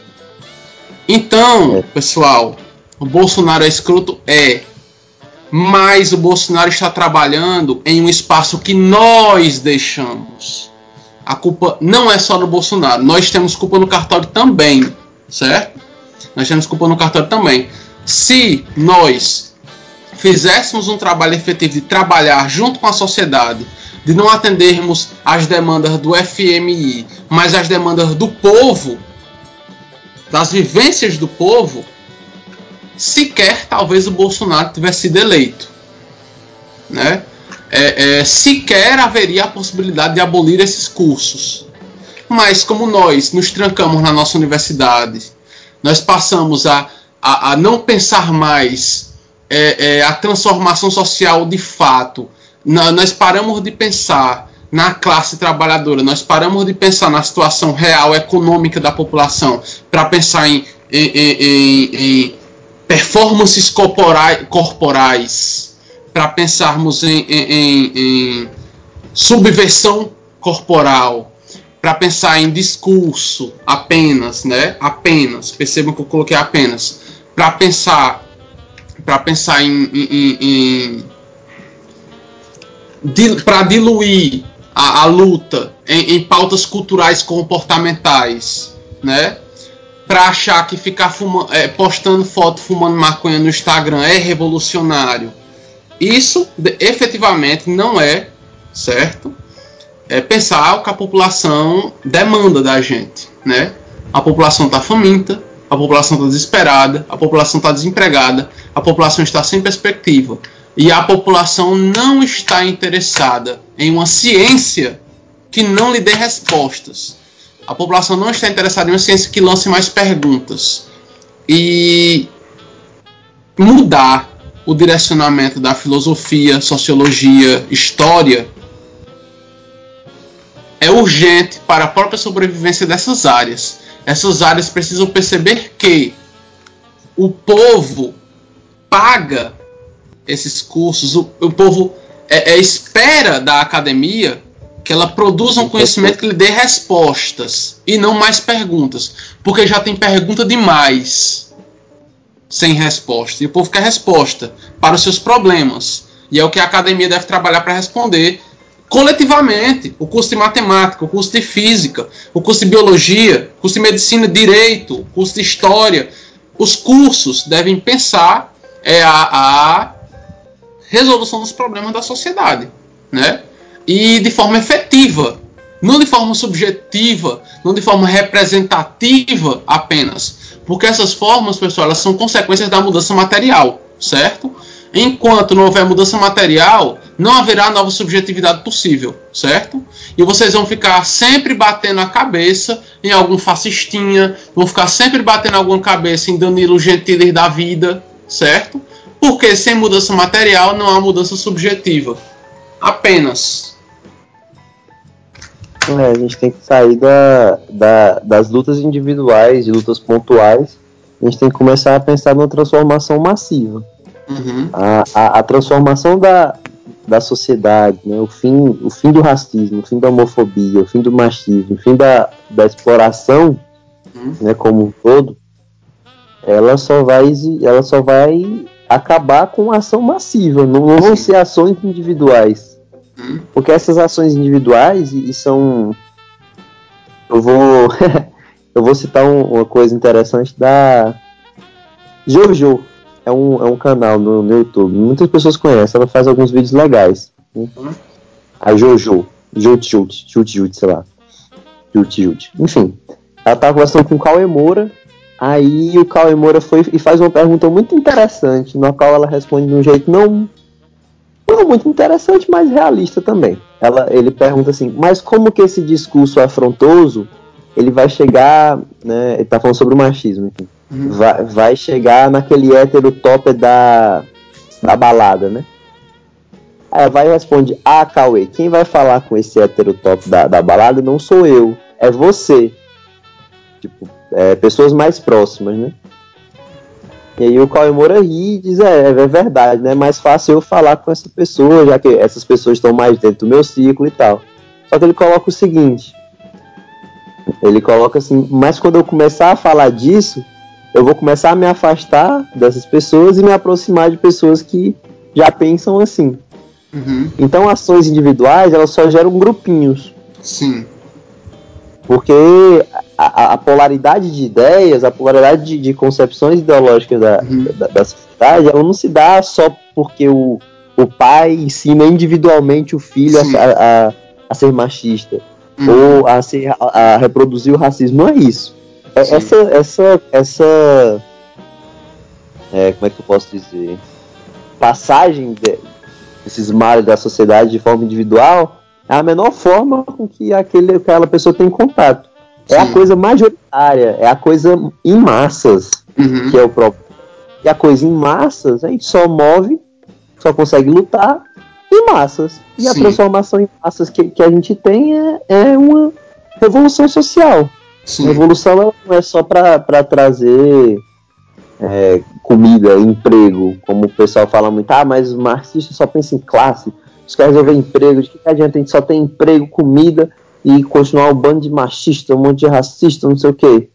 Então, pessoal, o Bolsonaro é escroto? É. Mas o Bolsonaro está trabalhando em um espaço que nós deixamos. A culpa não é só do Bolsonaro. Nós temos culpa no cartório também, certo? Nós temos culpa no cartório também. Se nós fizéssemos um trabalho efetivo de trabalhar junto com a sociedade, de não atendermos às demandas do F M I, mas às demandas do povo, das vivências do povo, sequer talvez o Bolsonaro tivesse sido eleito, né? É, é, sequer haveria a possibilidade de abolir esses cursos. Mas como nós nos trancamos na nossa universidade, nós passamos a, a, a não pensar mais é, é, a transformação social de fato, na, nós paramos de pensar na classe trabalhadora, nós paramos de pensar na situação real econômica da população para pensar em, em, em, em, em performances corporais, corporais para pensarmos em, em, em, em subversão corporal, para pensar em discurso apenas, né? Apenas, percebam que eu coloquei apenas, para pensar, para pensar em, em, em, em para diluir a, a luta em, em pautas culturais comportamentais, né? Para achar que ficar fuma, é, postando foto fumando maconha no Instagram é revolucionário. Isso efetivamente não é, certo? É pensar o que a população demanda da gente, né? A população está faminta, a população está desesperada, a população está desempregada, a população está sem perspectiva. E a população não está interessada em uma ciência que não lhe dê respostas. A população não está interessada em uma ciência que lance mais perguntas. E mudar o direcionamento da filosofia, sociologia, história é urgente para a própria sobrevivência dessas áreas. Essas áreas precisam perceber que o povo paga esses cursos, o, o povo é, é, espera da academia que ela produza um conhecimento que lhe dê respostas e não mais perguntas, porque já tem pergunta demais sem resposta, e o povo quer resposta para os seus problemas, e é o que a academia deve trabalhar para responder coletivamente. O curso de matemática, o curso de física, o curso de biologia, o curso de medicina, direito, o curso de história, os cursos devem pensar é, a, a resolução dos problemas da sociedade, né? E de forma efetiva, não de forma subjetiva, não de forma representativa apenas, porque essas formas, pessoal, elas são consequências da mudança material, certo? Enquanto não houver mudança material, não haverá nova subjetividade possível, certo? E vocês vão ficar sempre batendo a cabeça em algum fascistinha, vão ficar sempre batendo alguma cabeça em Danilo Gentili da vida, certo? Porque sem mudança material não há mudança subjetiva. Apenas. É, a gente tem que sair da, da, das lutas individuais, de lutas pontuais. A gente tem que começar a pensar numa transformação massiva. Uhum. A, a, a transformação da, da sociedade, né? o, fim, o fim do racismo, o fim da homofobia, o fim do machismo, o fim da, da exploração, uhum. né, como um todo, ela só vai, ela só vai acabar com ação massiva, não, não vão ser ações individuais. Porque essas ações individuais, e, e são... Eu vou... eu vou citar um, uma coisa interessante da Jojo. É um, é um canal no, no YouTube. Muitas pessoas conhecem. Ela faz alguns vídeos legais. Né? A Jojo. Jut Jut. Jut Jut, sei lá. Jut Jut. Enfim. Ela tava conversando com o Cauê Moura. Aí o Cauê Moura foi e faz uma pergunta muito interessante, na qual ela responde de um jeito não... não muito interessante, mas realista também. Ela, ele pergunta assim, mas como que esse discurso afrontoso, ele vai chegar, né, ele tá falando sobre o machismo, enfim, uhum. vai, vai chegar naquele hétero top da, da balada, né? Aí ela vai e responde, ah, Cauê, quem vai falar com esse hétero top da, da balada não sou eu, é você. Tipo, é, pessoas mais próximas, né? E aí o Cauê Moura ri e diz, é, é verdade, né? É mais fácil eu falar com essa pessoa, já que essas pessoas estão mais dentro do meu ciclo e tal. Só que ele coloca o seguinte, ele coloca assim, mas quando eu começar a falar disso, eu vou começar a me afastar dessas pessoas e me aproximar de pessoas que já pensam assim. Uhum. Então ações individuais, elas só geram grupinhos. Sim. Porque a, a polaridade de ideias, a polaridade de, de concepções ideológicas da, uhum. da, da sociedade, ela não se dá só porque o, o pai ensina individualmente o filho a, a, a ser machista, uhum. ou a, ser, a, a reproduzir o racismo. Não é isso. É, essa, essa, essa é, como é que eu posso dizer? Passagem de, desses males da sociedade de forma individual é a menor forma com que aquele, aquela pessoa tem contato. É Sim. a coisa majoritária, é a coisa em massas, uhum. que é o próprio. E a coisa em massas, a gente só move, só consegue lutar em massas. E Sim. a transformação em massas que, que a gente tem é, é uma revolução social. Sim. A revolução ela não é só para trazer é, comida, emprego, como o pessoal fala muito, ah, mas o marxista só pensa em classe. Os caras resolver emprego, de que adianta a gente só ter emprego, comida e continuar um bando de machista, um monte de racista, não sei o quê.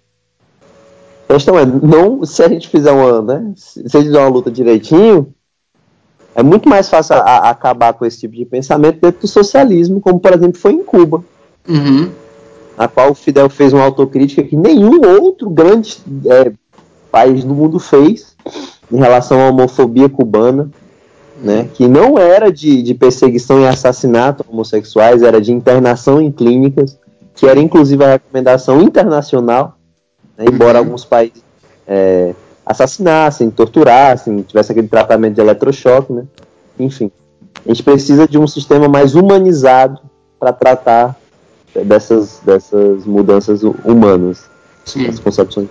A questão é, não, se a gente fizer uma, né, se a gente fizer uma luta direitinho, é muito mais fácil a, a acabar com esse tipo de pensamento dentro do socialismo, como por exemplo foi em Cuba, uhum. na qual o Fidel fez uma autocrítica que nenhum outro grande é, país do mundo fez em relação à homofobia cubana. Né, que não era de, de perseguição e assassinato a homossexuais, era de internação em clínicas, que era inclusive a recomendação internacional, né, embora uhum. alguns países é, assassinassem, torturassem, tivesse aquele tratamento de eletrochoque, né, enfim. A gente precisa de um sistema mais humanizado para tratar dessas, dessas mudanças humanas, Sim. as concepções.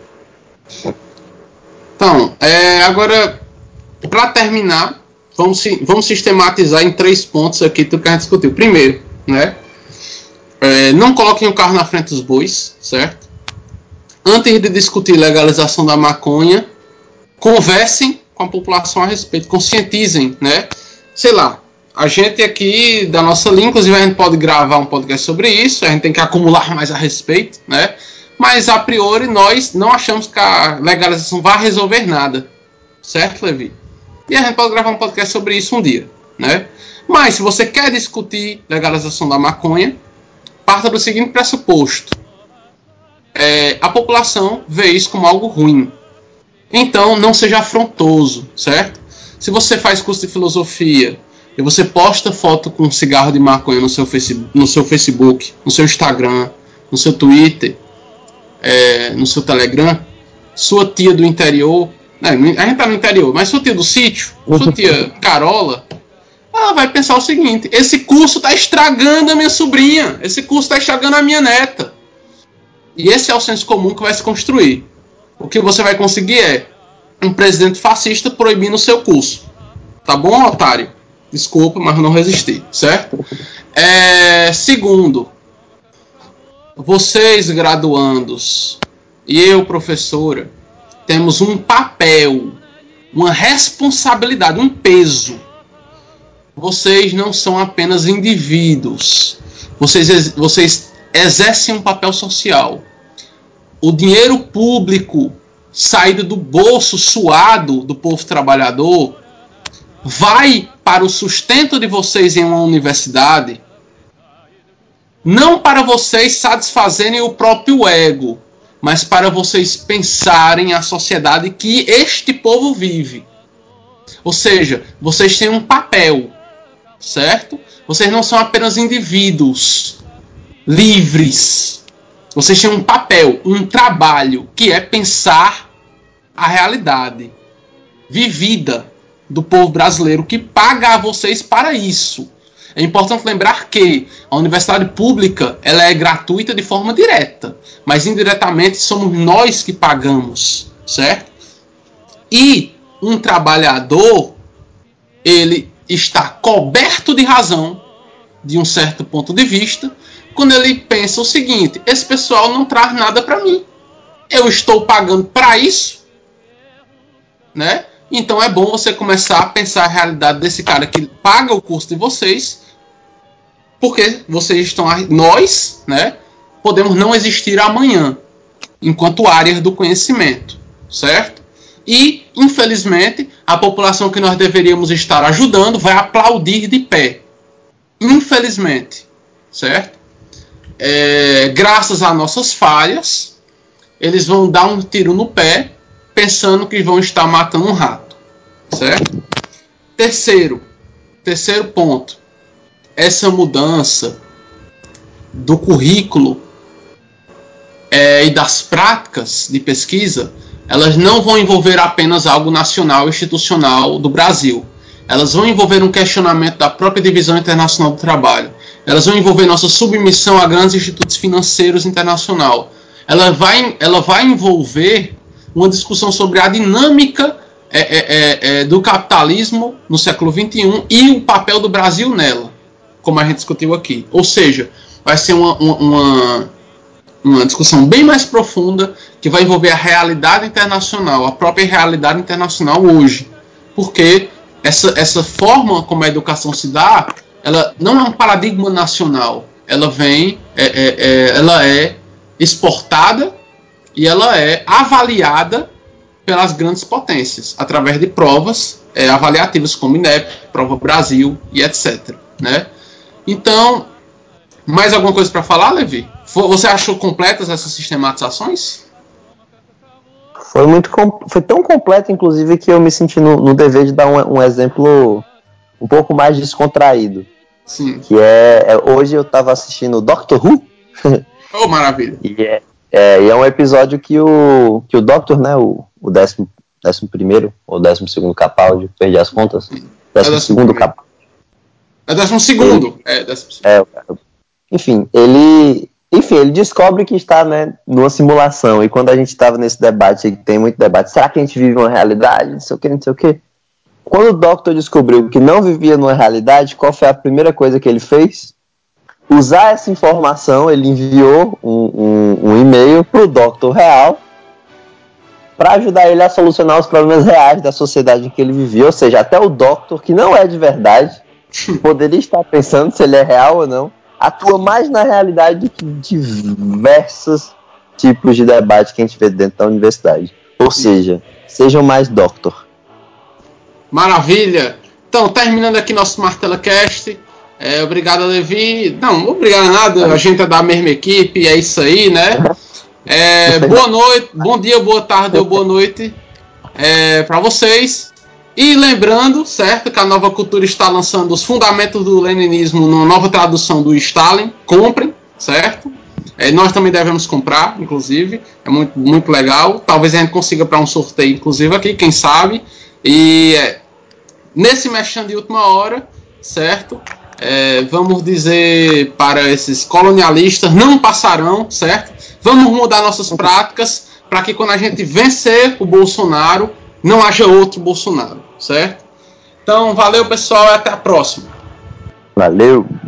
Então, é, agora, para terminar, vamos, vamos sistematizar em três pontos aqui tudo que a gente discutiu. Primeiro, né, é, não coloquem o carro na frente dos bois, certo? Antes de discutir legalização da maconha, conversem com a população a respeito, conscientizem, né? Sei lá, a gente aqui da nossa linha, inclusive a gente pode gravar um podcast sobre isso, a gente tem que acumular mais a respeito, né? Mas a priori nós não achamos que a legalização vai resolver nada, certo, Levi? E a gente pode gravar um podcast sobre isso um dia, né? Mas se você quer discutir legalização da maconha, parta do seguinte pressuposto: é, a população vê isso como algo ruim. Então não seja afrontoso, certo? Se você faz curso de filosofia e você posta foto com um cigarro de maconha no seu Facebook, no seu, Facebook, no seu Instagram, no seu Twitter, é, no seu Telegram, sua tia do interior, né, a gente tá no interior, mas sua tia do sítio, sua tia Carola, ela vai pensar o seguinte: esse curso tá estragando a minha sobrinha, esse curso tá estragando a minha neta. E esse é o senso comum que vai se construir. O que você vai conseguir é um presidente fascista proibindo o seu curso. Tá bom, otário? Desculpa, mas não resisti, certo? É, segundo, vocês graduandos e eu, professora, temos um papel, uma responsabilidade, um peso. Vocês não são apenas indivíduos. Vocês, vocês exercem um papel social. O dinheiro público saído do bolso suado do povo trabalhador vai para o sustento de vocês em uma universidade, não para vocês satisfazerem o próprio ego, mas para vocês pensarem a sociedade que este povo vive. Ou seja, vocês têm um papel, certo? Vocês não são apenas indivíduos livres. Vocês têm um papel, um trabalho, que é pensar a realidade vivida do povo brasileiro, que paga a vocês para isso. É importante lembrar que a universidade pública ela é gratuita de forma direta, mas indiretamente somos nós que pagamos, certo? E um trabalhador, ele está coberto de razão, de um certo ponto de vista, quando ele pensa o seguinte: esse pessoal não traz nada para mim, eu estou pagando para isso, né? Então é bom você começar a pensar a realidade desse cara que paga o curso de vocês, porque vocês estão, nós, né, podemos não existir amanhã, enquanto áreas do conhecimento, certo? E, infelizmente, a população que nós deveríamos estar ajudando vai aplaudir de pé. Infelizmente, certo? É, graças a nossas falhas, eles vão dar um tiro no pé, pensando que vão estar matando um rato, certo? Terceiro, terceiro ponto, essa mudança do currículo é, e das práticas de pesquisa, elas não vão envolver apenas algo nacional, institucional do Brasil. Elas vão envolver um questionamento da própria divisão internacional do trabalho. Elas vão envolver nossa submissão a grandes institutos financeiros internacionais. Ela vai, ela vai envolver uma discussão sobre a dinâmica é, é, é, do capitalismo no século vinte e um e o papel do Brasil nela, como a gente discutiu aqui. Ou seja, vai ser uma, uma, uma discussão bem mais profunda, que vai envolver a realidade internacional, a própria realidade internacional hoje. Porque essa, essa forma como a educação se dá, ela não é um paradigma nacional. Ela vem, é, é, é, ela é exportada e ela é avaliada pelas grandes potências, através de provas é, avaliativas como INEP, Prova Brasil e etcétera. Né? Então, mais alguma coisa para falar, Levi? Você achou completas essas sistematizações? Foi, muito, foi tão completo, inclusive, que eu me senti no, no dever de dar um, um exemplo um pouco mais descontraído. Sim. Que é, é hoje eu estava assistindo Doctor Who. Oh, maravilha. E é, é, e é um episódio que o, que o Doctor, né, o, o décimo, décimo primeiro ou décimo segundo Capaldi, perdi as contas. Décimo, é décimo segundo Capaldi. É décimo segundo. É, décimo segundo. É, Enfim, ele... Enfim, ele descobre que está, né, numa simulação. E quando a gente estava nesse debate, tem muito debate, será que a gente vive uma realidade? Não sei o que, não sei o que. Quando o Doctor descobriu que não vivia numa realidade, qual foi a primeira coisa que ele fez? Usar essa informação, ele enviou um, um, um e-mail para o Doctor real para ajudar ele a solucionar os problemas reais da sociedade em que ele vivia. Ou seja, até o Doctor, que não é de verdade, poderia estar pensando se ele é real ou não, atua mais na realidade do que diversos tipos de debate que a gente vê dentro da universidade. Ou seja, sejam mais Doctor. Maravilha! Então, terminando aqui nosso MartelaCast. É, obrigado, Levi. Não, obrigado a nada. A gente é da mesma equipe, é isso aí, né? É, boa noite, bom dia, boa tarde ou boa noite é, para vocês. E lembrando, certo, que a Nova Cultura está lançando os fundamentos do leninismo numa nova tradução do Stalin. Comprem, certo? É, nós também devemos comprar, inclusive. É muito, muito legal. Talvez a gente consiga para um sorteio, inclusive, aqui, quem sabe. E é, nesse mexão de última hora, certo? É, vamos dizer para esses colonialistas, não passarão, certo? Vamos mudar nossas práticas para que quando a gente vencer o Bolsonaro, não haja outro Bolsonaro, certo? Então, valeu pessoal e até a próxima. Valeu!